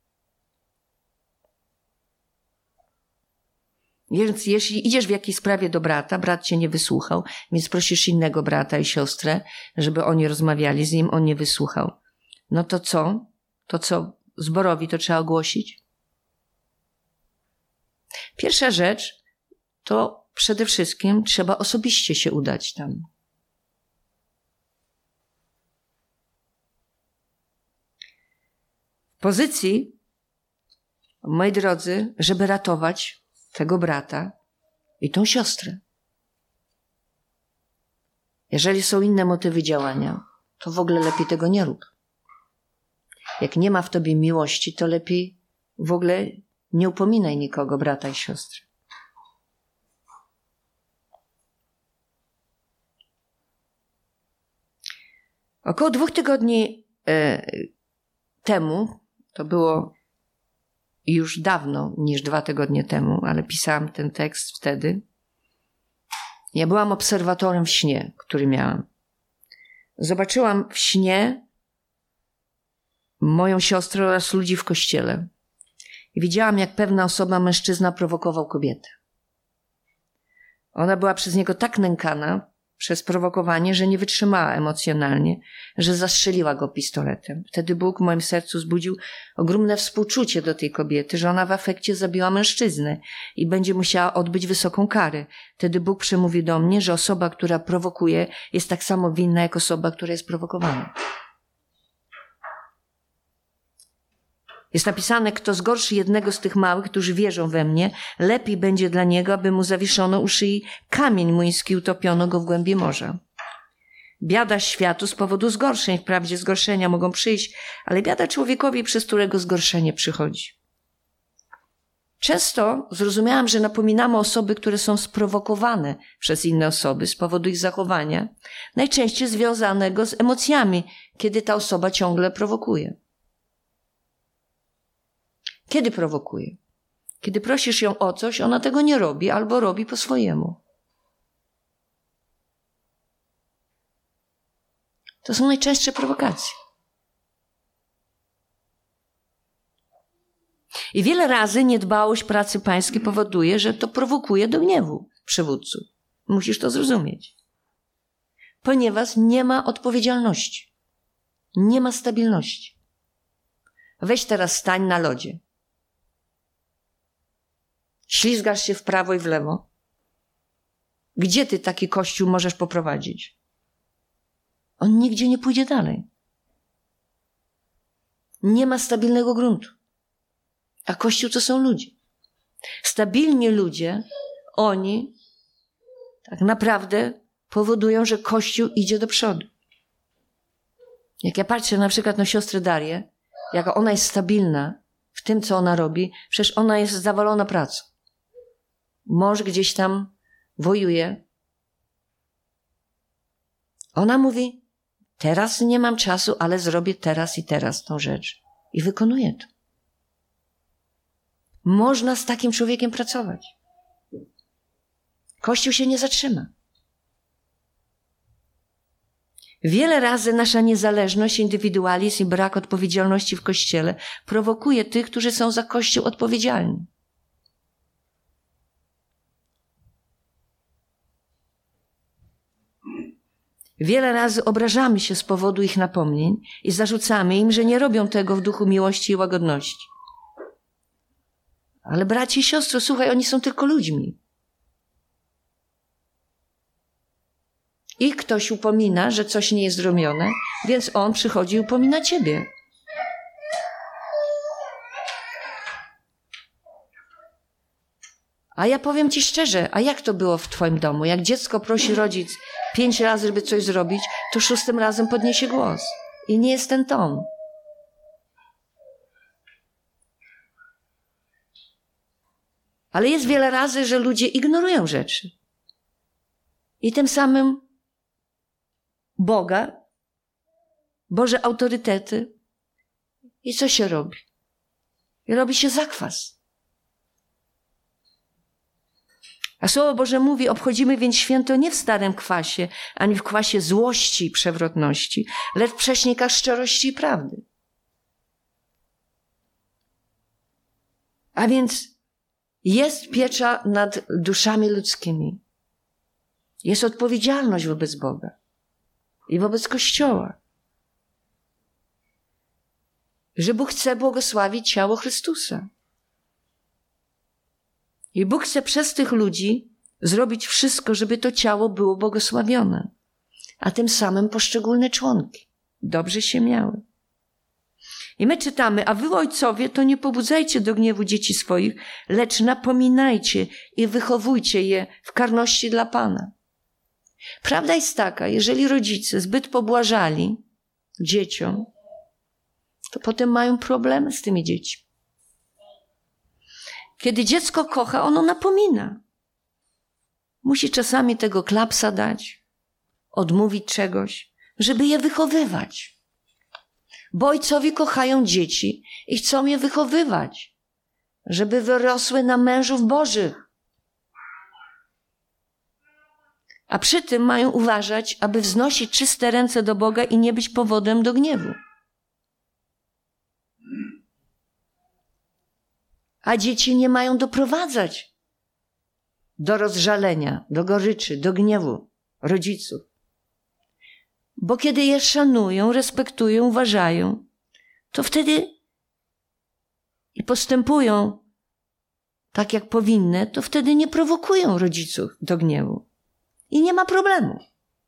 Więc jeśli idziesz w jakiejś sprawie do brata, brat cię nie wysłuchał, więc prosisz innego brata i siostrę, żeby oni rozmawiali z nim, on nie wysłuchał. No to co? To co? Zborowi to trzeba ogłosić? Pierwsza rzecz to przede wszystkim trzeba osobiście się udać tam. W pozycji, moi drodzy, żeby ratować tego brata i tą siostrę. Jeżeli są inne motywy działania, to w ogóle lepiej tego nie rób. Jak nie ma w tobie miłości, to lepiej w ogóle nie upominaj nikogo, brata i siostry. Około dwóch tygodni e, temu, to było już dawno niż dwa tygodnie temu, ale pisałam ten tekst wtedy, ja byłam obserwatorem w śnie, który miałam. Zobaczyłam w śnie moją siostrę oraz ludzi w kościele. I widziałam, jak pewna osoba, mężczyzna, prowokował kobietę. Ona była przez niego tak nękana przez prowokowanie, że nie wytrzymała emocjonalnie, że zastrzeliła go pistoletem. Wtedy Bóg w moim sercu wzbudził ogromne współczucie do tej kobiety, że ona w afekcie zabiła mężczyznę i będzie musiała odbyć wysoką karę. Wtedy Bóg przemówił do mnie, że osoba, która prowokuje, jest tak samo winna jak osoba, która jest prowokowana. Jest napisane, kto zgorszy jednego z tych małych, którzy wierzą we mnie, lepiej będzie dla niego, aby mu zawieszono u szyi kamień młyński i utopiono go w głębi morza. Biada światu z powodu zgorszeń, wprawdzie zgorszenia mogą przyjść, ale biada człowiekowi, przez którego zgorszenie przychodzi. Często zrozumiałam, że napominamy osoby, które są sprowokowane przez inne osoby z powodu ich zachowania, najczęściej związanego z emocjami, kiedy ta osoba ciągle prowokuje. Kiedy prowokuje? Kiedy prosisz ją o coś, ona tego nie robi albo robi po swojemu. To są najczęstsze prowokacje. I wiele razy niedbałość pracy pańskiej powoduje, że to prowokuje do gniewu przywódców. Musisz to zrozumieć. Ponieważ nie ma odpowiedzialności. Nie ma stabilności. Weź teraz stań na lodzie. Ślizgasz się w prawo i w lewo. Gdzie ty taki kościół możesz poprowadzić? On nigdzie nie pójdzie dalej. Nie ma stabilnego gruntu. A kościół to są ludzie. Stabilni ludzie, oni tak naprawdę powodują, że kościół idzie do przodu. Jak ja patrzę na przykład na siostrę Darię, jaka ona jest stabilna w tym, co ona robi, przecież ona jest zawalona pracą. Mąż gdzieś tam wojuje. Ona mówi, teraz nie mam czasu, ale zrobię teraz i teraz tą rzecz. I wykonuje to. Można z takim człowiekiem pracować. Kościół się nie zatrzyma. Wiele razy nasza niezależność, indywidualizm i brak odpowiedzialności w Kościele prowokuje tych, którzy są za Kościół odpowiedzialni. Wiele razy obrażamy się z powodu ich napomnień i zarzucamy im, że nie robią tego w duchu miłości i łagodności. Ale braci i siostry, słuchaj, oni są tylko ludźmi. Ich ktoś upomina, że coś nie jest zrobione, więc on przychodzi i upomina ciebie. A ja powiem ci szczerze, a jak to było w twoim domu? Jak dziecko prosi rodzic pięć razy, żeby coś zrobić, to szóstym razem podniesie głos. I nie jest ten ton. Ale jest wiele razy, że ludzie ignorują rzeczy. I tym samym Boga, Boże autorytety. I co się robi? I robi się zakwas. A Słowo Boże mówi, obchodzimy więc święto nie w starym kwasie, ani w kwasie złości i przewrotności, lecz w prześnikach szczerości i prawdy. A więc jest piecza nad duszami ludzkimi. Jest odpowiedzialność wobec Boga i wobec Kościoła. Że Bóg chce błogosławić ciało Chrystusa. I Bóg chce przez tych ludzi zrobić wszystko, żeby to ciało było błogosławione, a tym samym poszczególne członki dobrze się miały. I my czytamy, a wy ojcowie to nie pobudzajcie do gniewu dzieci swoich, lecz napominajcie i wychowujcie je w karności dla Pana. Prawda jest taka, jeżeli rodzice zbyt pobłażali dzieciom, to potem mają problemy z tymi dziećmi. Kiedy dziecko kocha, ono napomina. Musi czasami tego klapsa dać, odmówić czegoś, żeby je wychowywać. Bo ojcowie kochają dzieci i chcą je wychowywać, żeby wyrosły na mężów Bożych. A przy tym mają uważać, aby wznosić czyste ręce do Boga i nie być powodem do gniewu. A dzieci nie mają doprowadzać do rozżalenia, do goryczy, do gniewu rodziców. Bo kiedy je szanują, respektują, uważają, to wtedy i postępują tak, jak powinny, to wtedy nie prowokują rodziców do gniewu. I nie ma problemu.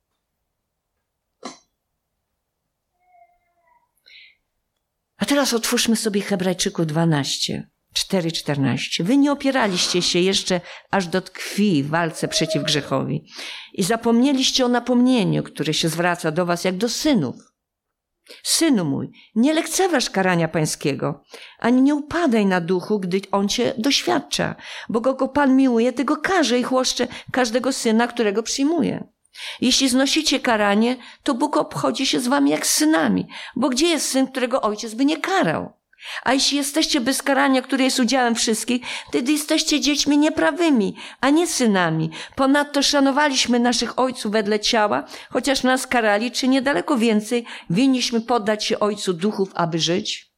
A teraz otwórzmy sobie Hebrajczyków dwanaście, cztery czternaście. Wy nie opieraliście się jeszcze aż do tkwi w walce przeciw grzechowi i zapomnieliście o napomnieniu, które się zwraca do was jak do synów. Synu mój, nie lekceważ karania pańskiego, ani nie upadaj na duchu, gdy on cię doświadcza, bo kogo Pan miłuje, tego karze i chłoszcze każdego syna, którego przyjmuje. Jeśli znosicie karanie, to Bóg obchodzi się z wami jak z synami, bo gdzie jest syn, którego ojciec by nie karał? A jeśli jesteście bez karania, które jest udziałem wszystkich, wtedy jesteście dziećmi nieprawymi, a nie synami. Ponadto szanowaliśmy naszych ojców wedle ciała, chociaż nas karali, czy niedaleko więcej winniśmy poddać się Ojcu duchów, aby żyć?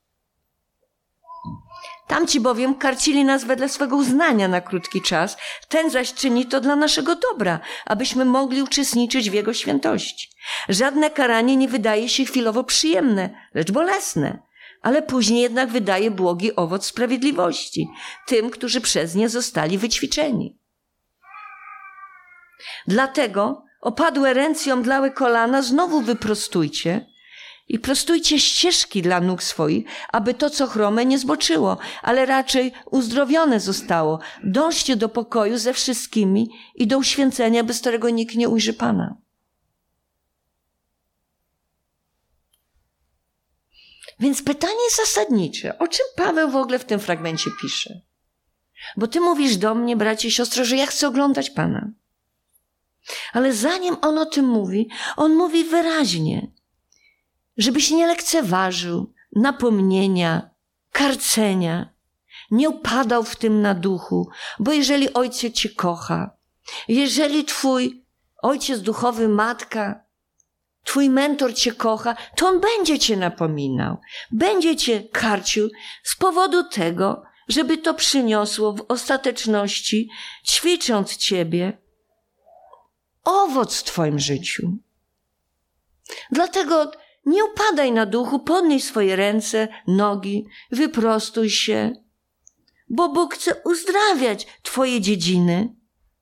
Tamci bowiem karcili nas wedle swego uznania na krótki czas, ten zaś czyni to dla naszego dobra, abyśmy mogli uczestniczyć w Jego świętości. Żadne karanie nie wydaje się chwilowo przyjemne, lecz bolesne, ale później jednak wydaje błogi owoc sprawiedliwości tym, którzy przez nie zostali wyćwiczeni. Dlatego opadłe ręce i omdlałe kolana znowu wyprostujcie i prostujcie ścieżki dla nóg swoich, aby to, co chrome, nie zboczyło, ale raczej uzdrowione zostało. Dążcie do pokoju ze wszystkimi i do uświęcenia, bez którego nikt nie ujrzy Pana. Więc pytanie jest zasadnicze. O czym Paweł w ogóle w tym fragmencie pisze? Bo ty mówisz do mnie, bracie i siostry, że ja chcę oglądać Pana. Ale zanim on o tym mówi, on mówi wyraźnie, żebyś nie lekceważył napomnienia, karcenia, nie upadał w tym na duchu, bo jeżeli ojciec cię kocha, jeżeli twój ojciec duchowy, matka, twój mentor cię kocha, to on będzie cię napominał, będzie cię karcił z powodu tego, żeby to przyniosło w ostateczności, ćwicząc ciebie, owoc w twoim życiu. Dlatego nie upadaj na duchu, podnieś swoje ręce, nogi, wyprostuj się, bo Bóg chce uzdrawiać twoje dziedziny.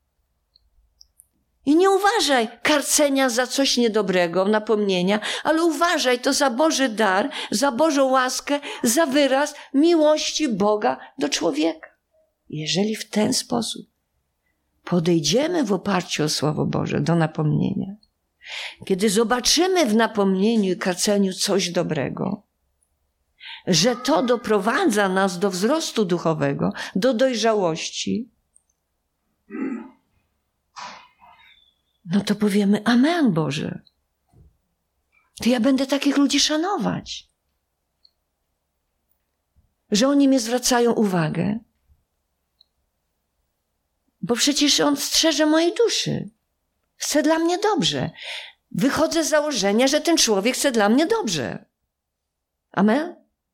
I nie uważaj karcenia za coś niedobrego, napomnienia, ale uważaj to za Boży dar, za Bożą łaskę, za wyraz miłości Boga do człowieka. Jeżeli w ten sposób podejdziemy w oparciu o Słowo Boże do napomnienia, kiedy zobaczymy w napomnieniu i kaceniu coś dobrego, że to doprowadza nas do wzrostu duchowego, do dojrzałości, no to powiemy amen, Boże. To ja będę takich ludzi szanować. Że oni mnie zwracają uwagę. Bo przecież On strzeże mojej duszy. Chce dla mnie dobrze. Wychodzę z założenia, że ten człowiek chce dla mnie dobrze. Amen?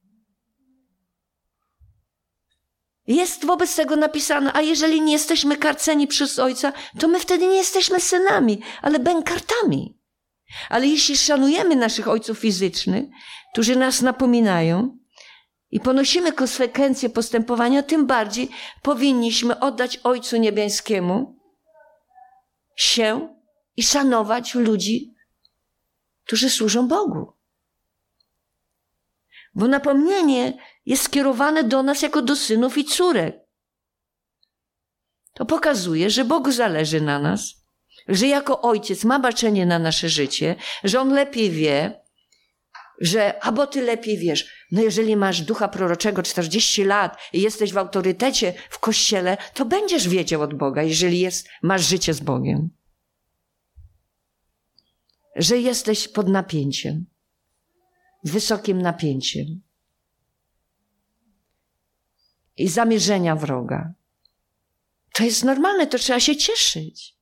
Jest wobec tego napisane, a jeżeli nie jesteśmy karceni przez Ojca, to my wtedy nie jesteśmy synami, ale bękartami. Ale jeśli szanujemy naszych ojców fizycznych, którzy nas napominają i ponosimy konsekwencje postępowania, tym bardziej powinniśmy oddać Ojcu Niebieskiemu się i szanować ludzi, którzy służą Bogu. Bo napomnienie jest skierowane do nas jako do synów i córek. To pokazuje, że Bogu zależy na nas, że jako ojciec ma baczenie na nasze życie, że On lepiej wie, że, a bo ty lepiej wiesz, no jeżeli masz ducha proroczego czterdzieści lat i jesteś w autorytecie w kościele, to będziesz wiedział od Boga, jeżeli jest, masz życie z Bogiem. Że jesteś pod napięciem, wysokim napięciem i zamierzenia wroga. To jest normalne, to trzeba się cieszyć.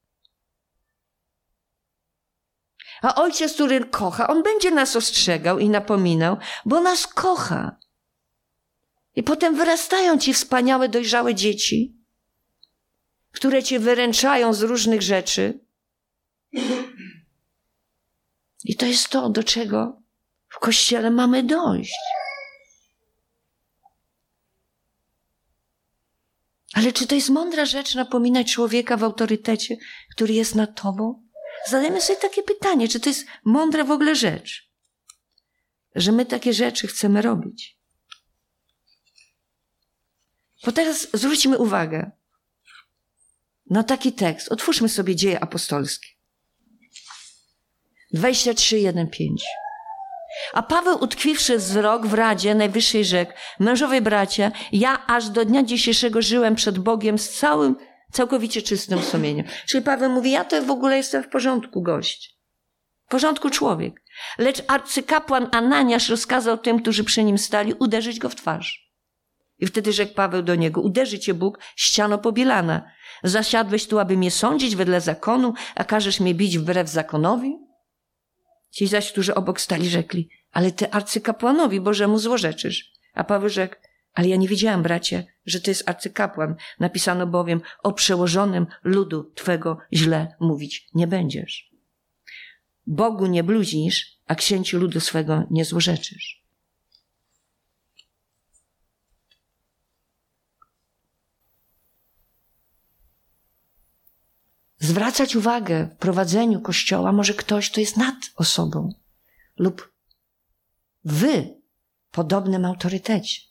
A ojciec, który kocha, on będzie nas ostrzegał i napominał, bo nas kocha. I potem wyrastają ci wspaniałe, dojrzałe dzieci, które cię wyręczają z różnych rzeczy. I to jest to, do czego w Kościele mamy dojść. Ale czy to jest mądra rzecz napominać człowieka w autorytecie, który jest nad tobą? Zadajmy sobie takie pytanie, czy to jest mądra w ogóle rzecz, że my takie rzeczy chcemy robić. Bo teraz zwróćmy uwagę na taki tekst. Otwórzmy sobie Dzieje Apostolskie. dwadzieścia trzy, jeden, pięć. A Paweł, utkwiwszy wzrok w Radzie Najwyższej, rzekł: mężowie bracia, ja aż do dnia dzisiejszego żyłem przed Bogiem z całym, całkowicie czystym sumieniem. Czyli Paweł mówi, ja to w ogóle jestem w porządku gość. W porządku człowiek. Lecz arcykapłan Ananiasz rozkazał tym, którzy przy nim stali, uderzyć go w twarz. I wtedy rzekł Paweł do niego: uderzy cię Bóg, ściano pobielana. Zasiadłeś tu, aby mnie sądzić wedle zakonu, a każesz mnie bić wbrew zakonowi? Ci zaś, którzy obok stali, rzekli: ale ty arcykapłanowi Bożemu złorzeczysz. A Paweł rzekł: ale ja nie wiedziałem, bracie, że to jest arcykapłan. Napisano bowiem: o przełożonym ludu twego źle mówić nie będziesz. Bogu nie bluźnisz, a księciu ludu swego nie złorzeczysz. Zwracać uwagę w prowadzeniu Kościoła może ktoś, kto jest nad osobą lub wy podobnym autorytecie.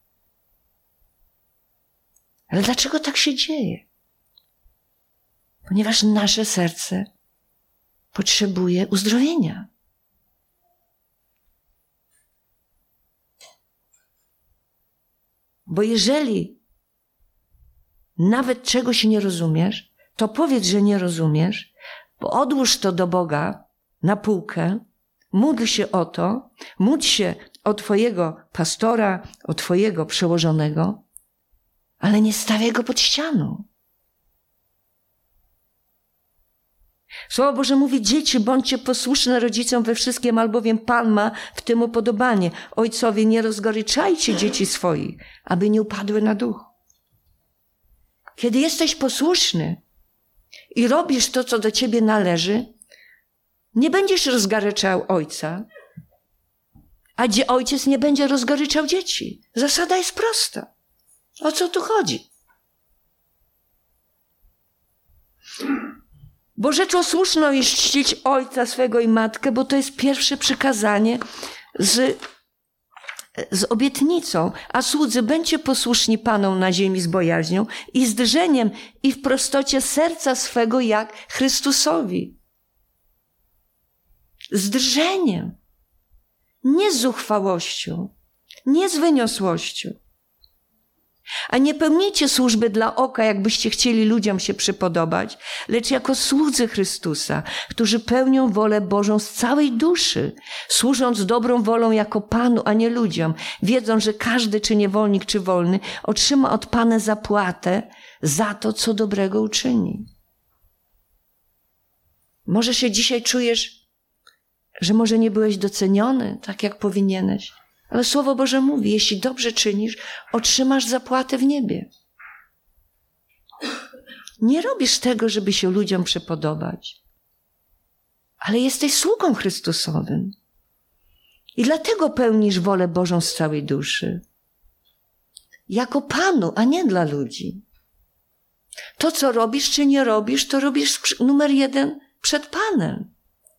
Ale dlaczego tak się dzieje? Ponieważ nasze serce potrzebuje uzdrowienia. Bo jeżeli nawet czegoś nie rozumiesz, to powiedz, że nie rozumiesz, bo odłóż to do Boga na półkę, módl się o to, módl się o twojego pastora, o twojego przełożonego, ale nie stawiaj go pod ścianą. Słowo Boże mówi: dzieci, bądźcie posłuszne rodzicom we wszystkim, albowiem Pan ma w tym upodobanie. Ojcowie, nie rozgoryczajcie dzieci swoich, aby nie upadły na duch. Kiedy jesteś posłuszny i robisz to, co do ciebie należy, nie będziesz rozgoryczał ojca, a gdzie ojciec nie będzie rozgoryczał dzieci. Zasada jest prosta. O co tu chodzi? Bo rzeczą słuszną jest czcić ojca swego i matkę, bo to jest pierwsze przykazanie z z obietnicą, a słudzy, bądźcie posłuszni Panom na ziemi z bojaźnią i z drżeniem i w prostocie serca swego jak Chrystusowi. Z drżeniem, nie z zuchwałością, nie z wyniosłością. A nie pełnijcie służby dla oka, jakbyście chcieli ludziom się przypodobać, lecz jako słudzy Chrystusa, którzy pełnią wolę Bożą z całej duszy, służąc dobrą wolą jako Panu, a nie ludziom, wiedząc, że każdy, czy niewolnik, czy wolny, otrzyma od Pana zapłatę za to, co dobrego uczyni. Może się dzisiaj czujesz, że może nie byłeś doceniony tak, jak powinieneś. Ale Słowo Boże mówi, jeśli dobrze czynisz, otrzymasz zapłatę w niebie. Nie robisz tego, żeby się ludziom przypodobać, ale jesteś sługą Chrystusowym. I dlatego pełnisz wolę Bożą z całej duszy. Jako Panu, a nie dla ludzi. To, co robisz, czy nie robisz, to robisz numer jeden przed Panem.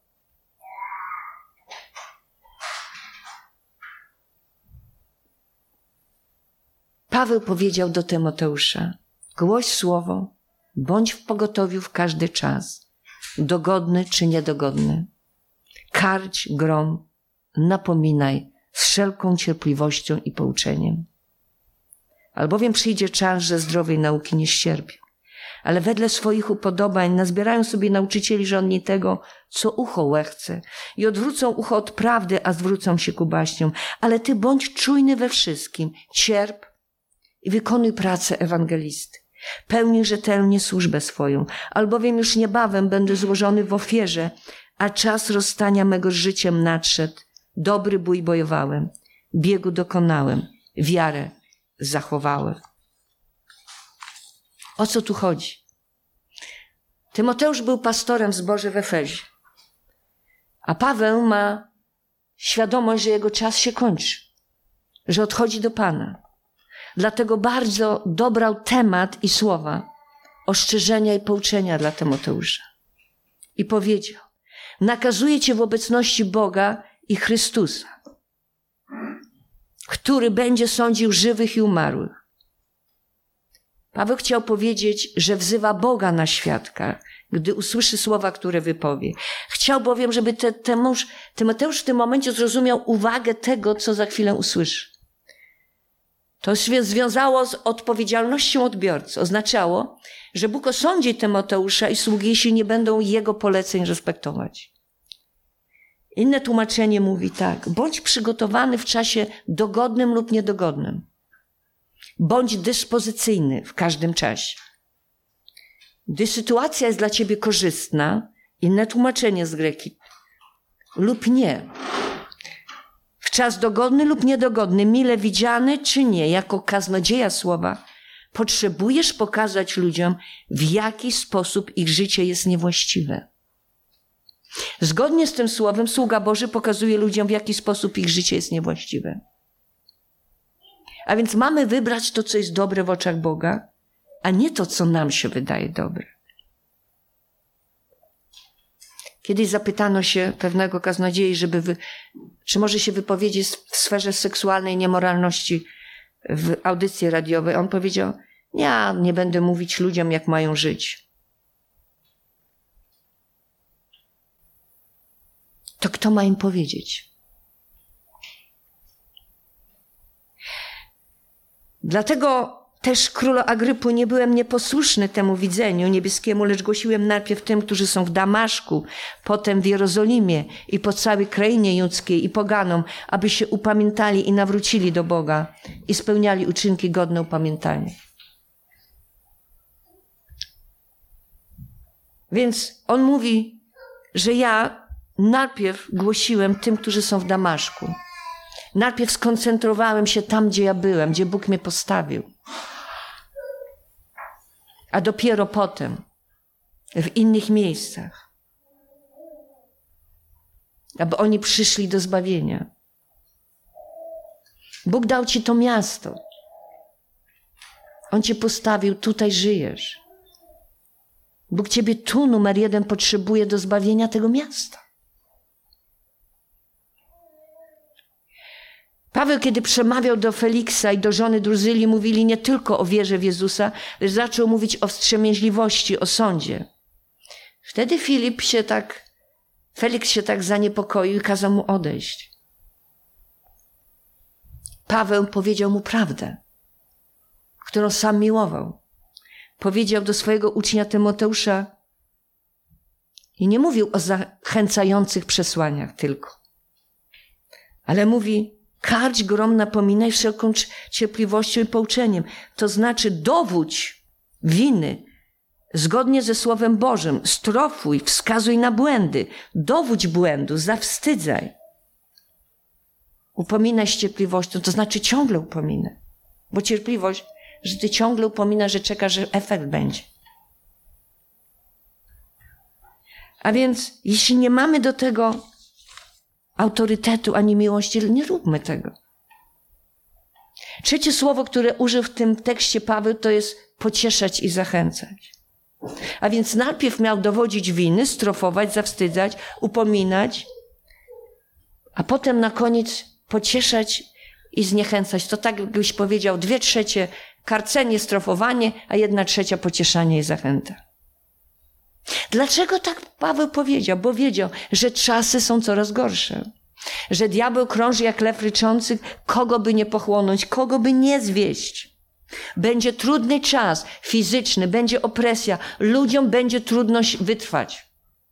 Paweł powiedział do Tymoteusza, głoś słowo, bądź w pogotowiu w każdy czas, dogodny czy niedogodny. Karć, grom, napominaj z wszelką cierpliwością i pouczeniem. Albowiem przyjdzie czas, że zdrowej nauki nie ścierpią, ale wedle swoich upodobań nazbierają sobie nauczycieli żądni tego, co ucho łechce i odwrócą ucho od prawdy, a zwrócą się ku baśniom. Ale ty bądź czujny we wszystkim, cierp i wykonuj pracę ewangelisty. Pełnij rzetelnie służbę swoją, albowiem już niebawem będę złożony w ofierze, a czas rozstania mego z życiem nadszedł. Dobry bój bojowałem, biegu dokonałem, wiarę zachowałem. O co tu chodzi? Tymoteusz był pastorem w zborze w Efezie, a Paweł ma świadomość, że jego czas się kończy, że odchodzi do Pana. Dlatego bardzo dobrał temat i słowa ostrzeżenia i pouczenia dla Tymoteusza. I powiedział, nakazuję cię w obecności Boga i Chrystusa, który będzie sądził żywych i umarłych. Paweł chciał powiedzieć, że wzywa Boga na świadka, gdy usłyszy słowa, które wypowie. Chciał bowiem, żeby te, Tymoteusz, Tymoteusz w tym momencie zrozumiał uwagę tego, co za chwilę usłyszy. To się związało z odpowiedzialnością odbiorcy. Oznaczało, że Bóg osądzi Tymoteusza i sługi, jeśli nie będą jego poleceń respektować. Inne tłumaczenie mówi tak. Bądź przygotowany w czasie dogodnym lub niedogodnym. Bądź dyspozycyjny w każdym czasie. Gdy sytuacja jest dla ciebie korzystna, inne tłumaczenie z greki, lub nie. W czas dogodny lub niedogodny, mile widziany czy nie, jako kaznodzieja słowa, potrzebujesz pokazać ludziom, w jaki sposób ich życie jest niewłaściwe. Zgodnie z tym słowem sługa Boży pokazuje ludziom, w jaki sposób ich życie jest niewłaściwe. A więc mamy wybrać to, co jest dobre w oczach Boga, a nie to, co nam się wydaje dobre. Kiedyś zapytano się pewnego kaznodziei, żeby wy, czy może się wypowiedzieć w sferze seksualnej niemoralności w audycji radiowej. On powiedział, ja nie będę mówić ludziom, jak mają żyć. To kto ma im powiedzieć? Dlatego też, królu Agrypu, nie byłem nieposłuszny temu widzeniu niebieskiemu, lecz głosiłem najpierw tym, którzy są w Damaszku, potem w Jerozolimie i po całej krainie judzkiej i poganom, aby się upamiętali i nawrócili do Boga i spełniali uczynki godne upamiętania. Więc on mówi, że ja najpierw głosiłem tym, którzy są w Damaszku. Najpierw skoncentrowałem się tam, gdzie ja byłem, gdzie Bóg mnie postawił. A dopiero potem w innych miejscach. Aby oni przyszli do zbawienia. Bóg dał ci to miasto. On cię postawił, tutaj żyjesz. Bóg ciebie tu numer jeden potrzebuje do zbawienia tego miasta. Paweł, kiedy przemawiał do Feliksa i do żony Druzyli, mówili nie tylko o wierze w Jezusa, lecz zaczął mówić o wstrzemięźliwości, o sądzie. Wtedy Filip się tak, Feliks się tak zaniepokoił i kazał mu odejść. Paweł powiedział mu prawdę, którą sam miłował. Powiedział do swojego ucznia Tymoteusza i nie mówił o zachęcających przesłaniach tylko, ale mówi: karć, grom, napominaj wszelką cierpliwością i pouczeniem. To znaczy dowódź winy zgodnie ze Słowem Bożym. Strofuj, wskazuj na błędy. Dowódź błędu, zawstydzaj. Upominaj z cierpliwością, to znaczy ciągle upominaj. Bo cierpliwość, że ty ciągle upominasz, że czekasz, że efekt będzie. A więc jeśli nie mamy do tego autorytetu ani miłości, nie róbmy tego. Trzecie słowo, które użył w tym tekście Paweł, to jest pocieszać i zachęcać. A więc najpierw miał dowodzić winy, strofować, zawstydzać, upominać, a potem na koniec pocieszać i zniechęcać. To tak byś powiedział, dwie trzecie karcenie, strofowanie, a jedna trzecia pocieszanie i zachęta. Dlaczego tak Paweł powiedział? Bo wiedział, że czasy są coraz gorsze. Że diabeł krąży jak lew ryczący, kogo by nie pochłonąć, kogo by nie zwieść. Będzie trudny czas fizyczny, będzie opresja. Ludziom będzie trudno wytrwać.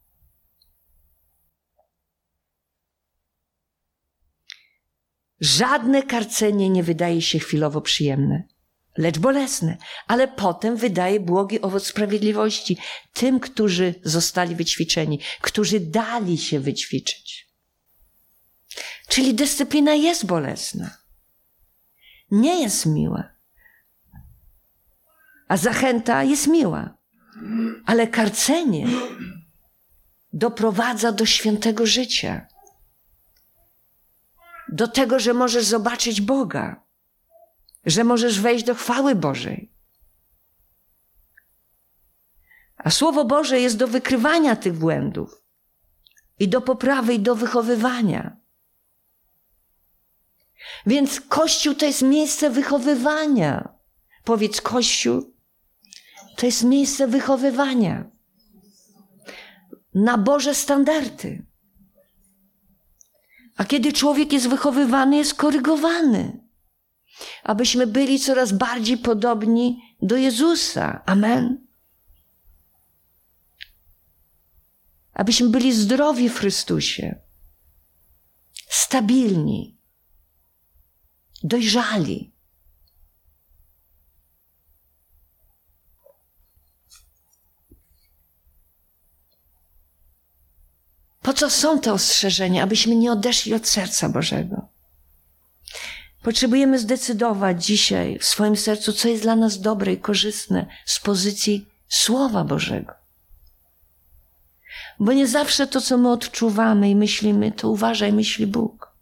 Żadne karcenie nie wydaje się chwilowo przyjemne, lecz bolesne, ale potem wydaje błogi owoc sprawiedliwości tym, którzy zostali wyćwiczeni, którzy dali się wyćwiczyć. Czyli dyscyplina jest bolesna, nie jest miła, a zachęta jest miła, ale karcenie doprowadza do świętego życia, do tego, że możesz zobaczyć Boga, że możesz wejść do chwały Bożej. A Słowo Boże jest do wykrywania tych błędów i do poprawy i do wychowywania. Więc Kościół to jest miejsce wychowywania. Powiedz, Kościół to jest miejsce wychowywania na Boże standardy. A kiedy człowiek jest wychowywany, jest korygowany, abyśmy byli coraz bardziej podobni do Jezusa. Amen. Abyśmy byli zdrowi w Chrystusie, stabilni, dojrzali. Po co są te ostrzeżenia? Abyśmy nie odeszli od serca Bożego. Potrzebujemy zdecydować dzisiaj w swoim sercu, co jest dla nas dobre i korzystne z pozycji Słowa Bożego. Bo nie zawsze to, co my odczuwamy i myślimy, to uważaj, myśli Bóg.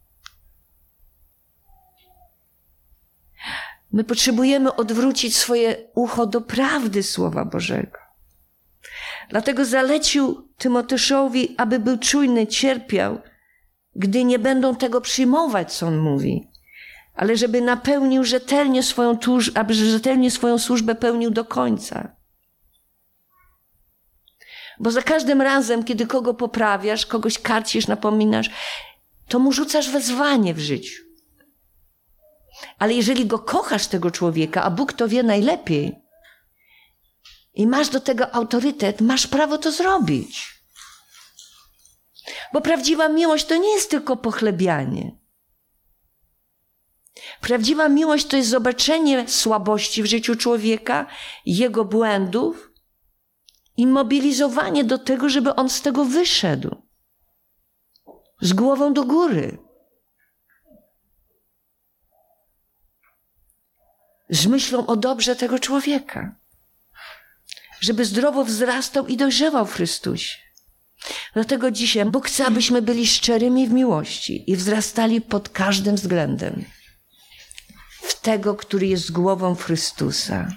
My potrzebujemy odwrócić swoje ucho do prawdy Słowa Bożego. Dlatego zalecił Tymoteuszowi, aby był czujny, cierpiał, gdy nie będą tego przyjmować, co on mówi, ale żeby napełnił rzetelnie swoją, aby rzetelnie swoją służbę pełnił do końca. Bo za każdym razem, kiedy kogo poprawiasz, kogoś karcisz, napominasz, to mu rzucasz wezwanie w życiu. Ale jeżeli go kochasz, tego człowieka, a Bóg to wie najlepiej, i masz do tego autorytet, masz prawo to zrobić. Bo prawdziwa miłość to nie jest tylko pochlebianie. Prawdziwa miłość to jest zobaczenie słabości w życiu człowieka, jego błędów i mobilizowanie do tego, żeby on z tego wyszedł. Z głową do góry. Z myślą o dobrze tego człowieka. Żeby zdrowo wzrastał i dojrzewał w Chrystusie. Dlatego dzisiaj Bóg chce, abyśmy byli szczerymi w miłości i wzrastali pod każdym względem w tego, który jest głową Chrystusa.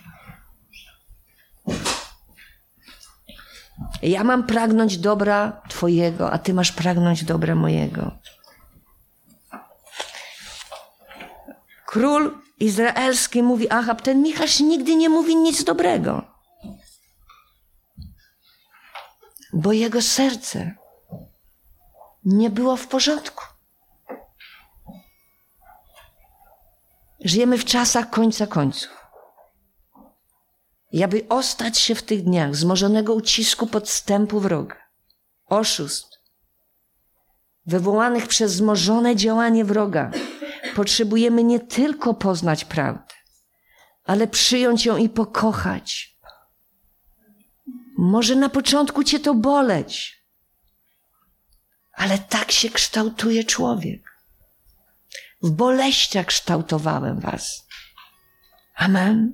Ja mam pragnąć dobra Twojego, a Ty masz pragnąć dobra mojego. Król izraelski mówi: Achab, ten Michasz nigdy nie mówi nic dobrego. Bo jego serce nie było w porządku. Żyjemy w czasach końca końców. I aby ostać się w tych dniach wzmożonego ucisku podstępu wroga, oszustw, wywołanych przez wzmożone działanie wroga, potrzebujemy nie tylko poznać prawdę, ale przyjąć ją i pokochać. Może na początku cię to boleć, ale tak się kształtuje człowiek. W boleściach kształtowałem was. Amen.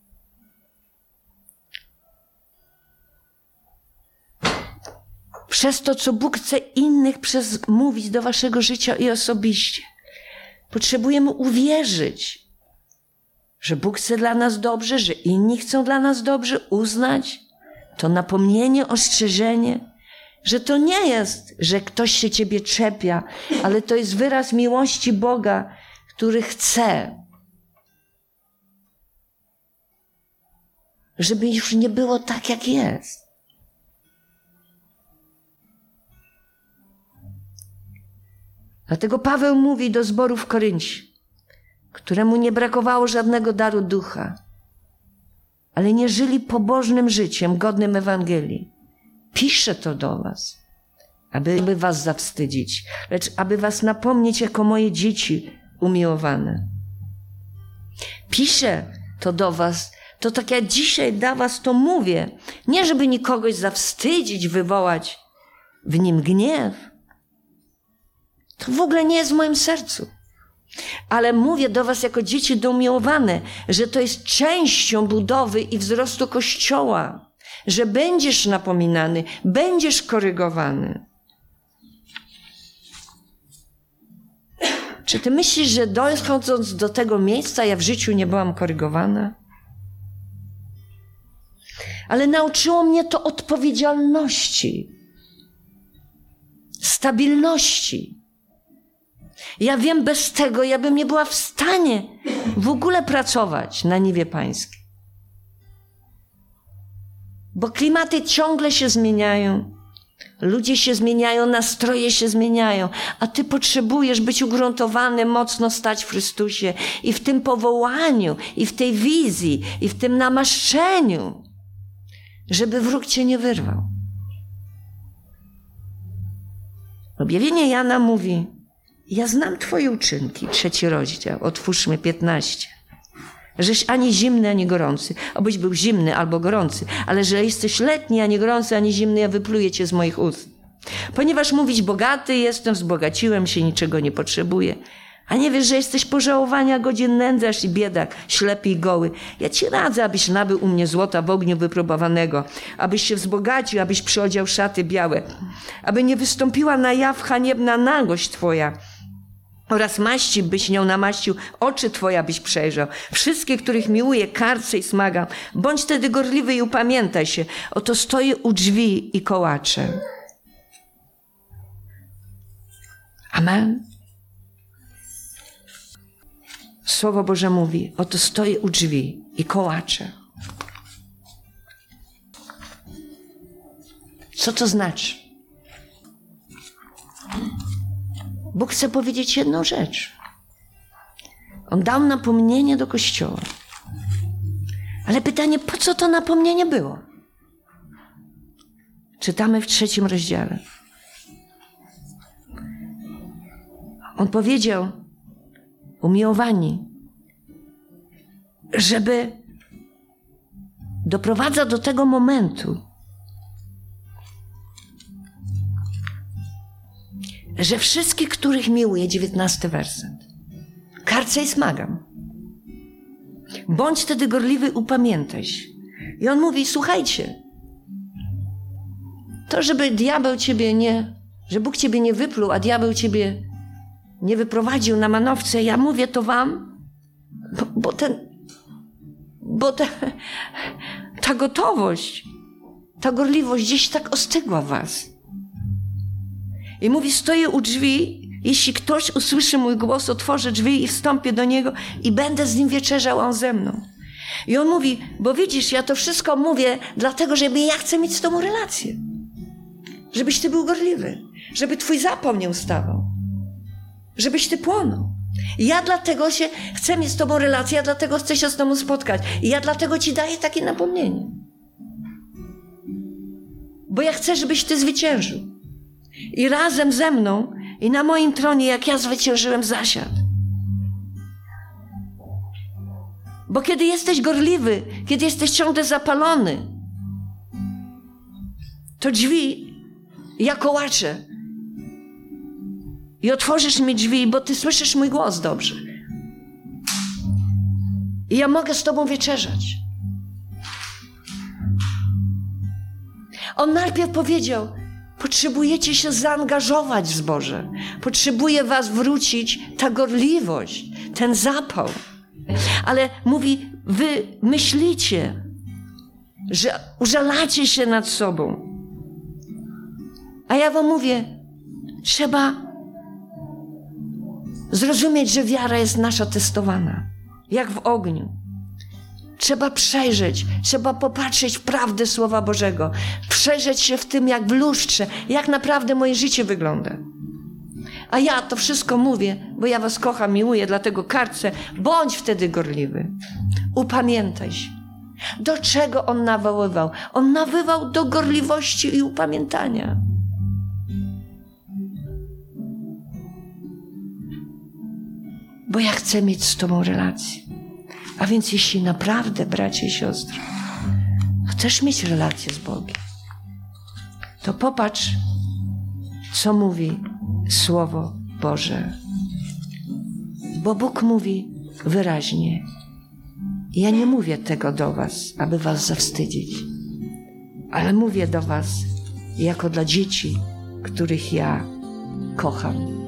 Przez to, co Bóg chce innych przez mówić do waszego życia i osobiście, potrzebujemy uwierzyć, że Bóg chce dla nas dobrze, że inni chcą dla nas dobrze, uznać to napomnienie, ostrzeżenie, że to nie jest, że ktoś się ciebie czepia, ale to jest wyraz miłości Boga, który chce, żeby już nie było tak, jak jest. Dlatego Paweł mówi do zboru w Koryncie, któremu nie brakowało żadnego daru ducha, ale nie żyli pobożnym życiem, godnym Ewangelii. Piszę to do was, aby was zawstydzić, lecz aby was napomnieć jako moje dzieci umiłowane. Piszę to do was, to tak jak dzisiaj dla was to mówię, nie żeby nikogoś zawstydzić, wywołać w nim gniew. To w ogóle nie jest w moim sercu. Ale mówię do was jako dzieci doumiłowane, że to jest częścią budowy i wzrostu Kościoła, że będziesz napominany, będziesz korygowany. Czy ty myślisz, że dochodząc do tego miejsca ja w życiu nie byłam korygowana? Ale nauczyło mnie to odpowiedzialności, stabilności. Ja wiem, bez tego ja bym nie była w stanie w ogóle pracować na niwie pańskiej. Bo klimaty ciągle się zmieniają, ludzie się zmieniają, nastroje się zmieniają, a ty potrzebujesz być ugruntowany, mocno stać w Chrystusie i w tym powołaniu, i w tej wizji, i w tym namaszczeniu, żeby wróg cię nie wyrwał. Objawienie Jana mówi: ja znam twoje uczynki, trzeci rozdział, otwórzmy piętnaście. Żeś ani zimny, ani gorący, obyś był zimny albo gorący, ale że jesteś letni, ani gorący, ani zimny, ja wypluję cię z moich ust. Ponieważ mówić bogaty jestem, wzbogaciłem się, niczego nie potrzebuję. A nie wiesz, że jesteś pożałowania, godzien nędzasz i biedak, ślepy i goły. Ja ci radzę, abyś nabył u mnie złota w ogniu wypróbowanego, abyś się wzbogacił, abyś przyodział szaty białe, aby nie wystąpiła na jaw haniebna nagość twoja, oraz maści byś nią namaścił, oczy twoja byś przejrzał. Wszystkich, których miłuję, karcę i smagam. Bądź wtedy gorliwy i upamiętaj się. Oto stoję u drzwi i kołaczę. Amen. Słowo Boże mówi: oto stoję u drzwi i kołaczę. Co to znaczy? Bóg chce powiedzieć jedną rzecz. On dał napomnienie do Kościoła. Ale pytanie, po co to napomnienie było? Czytamy w trzecim rozdziale. On powiedział: umiłowani, żeby doprowadza do tego momentu, że wszystkich, których miłuję, dziewiętnasty werset, karcę i smagam. Bądź wtedy gorliwy, upamiętaj się. I on mówi: słuchajcie, to żeby diabeł ciebie nie, że Bóg ciebie nie wypluł, a diabeł ciebie nie wyprowadził na manowce, ja mówię to wam, bo, bo ten, bo te, ta gotowość, ta gorliwość gdzieś tak ostygła w was. I mówi: stoję u drzwi jeśli ktoś usłyszy mój głos, otworzę drzwi i wstąpię do niego i będę z nim wieczerzał, a on ze mną. I on mówi, bo widzisz, ja to wszystko mówię dlatego, żeby ja chcę mieć z tobą relację. Żebyś ty był gorliwy, żeby twój zapał nie ustawał, żebyś ty płonął. I ja dlatego się chcę mieć z tobą relację, ja dlatego chcę się z tobą spotkać. I ja dlatego ci daję takie napomnienie. Bo ja chcę, żebyś ty zwyciężył. I razem ze mną i na moim tronie, jak ja zwyciężyłem, zasiadł. Bo kiedy jesteś gorliwy, kiedy jesteś ciągle zapalony, to drzwi ja kołaczę. I otworzysz mi drzwi, bo ty słyszysz mój głos dobrze. I ja mogę z tobą wieczerzać. On najpierw powiedział, potrzebujecie się zaangażować w zborze. Potrzebuje was wrócić ta gorliwość, ten zapał. Ale mówi, wy myślicie, że użalacie się nad sobą. A ja wam mówię, trzeba zrozumieć, że wiara jest nasza testowana, jak w ogniu. Trzeba przejrzeć, trzeba popatrzeć w prawdę Słowa Bożego, przejrzeć się w tym, jak w lustrze, jak naprawdę moje życie wygląda. A ja to wszystko mówię, bo ja was kocham, miłuję, dlatego karcę, bądź wtedy gorliwy. Upamiętaj się. Do czego on nawoływał? On nawoływał do gorliwości i upamiętania. Bo ja chcę mieć z tobą relację. A więc jeśli naprawdę, bracie i siostry, chcesz mieć relację z Bogiem, to popatrz, co mówi Słowo Boże. Bo Bóg mówi wyraźnie, ja nie mówię tego do was, aby was zawstydzić, ale mówię do was jako dla dzieci, których ja kocham.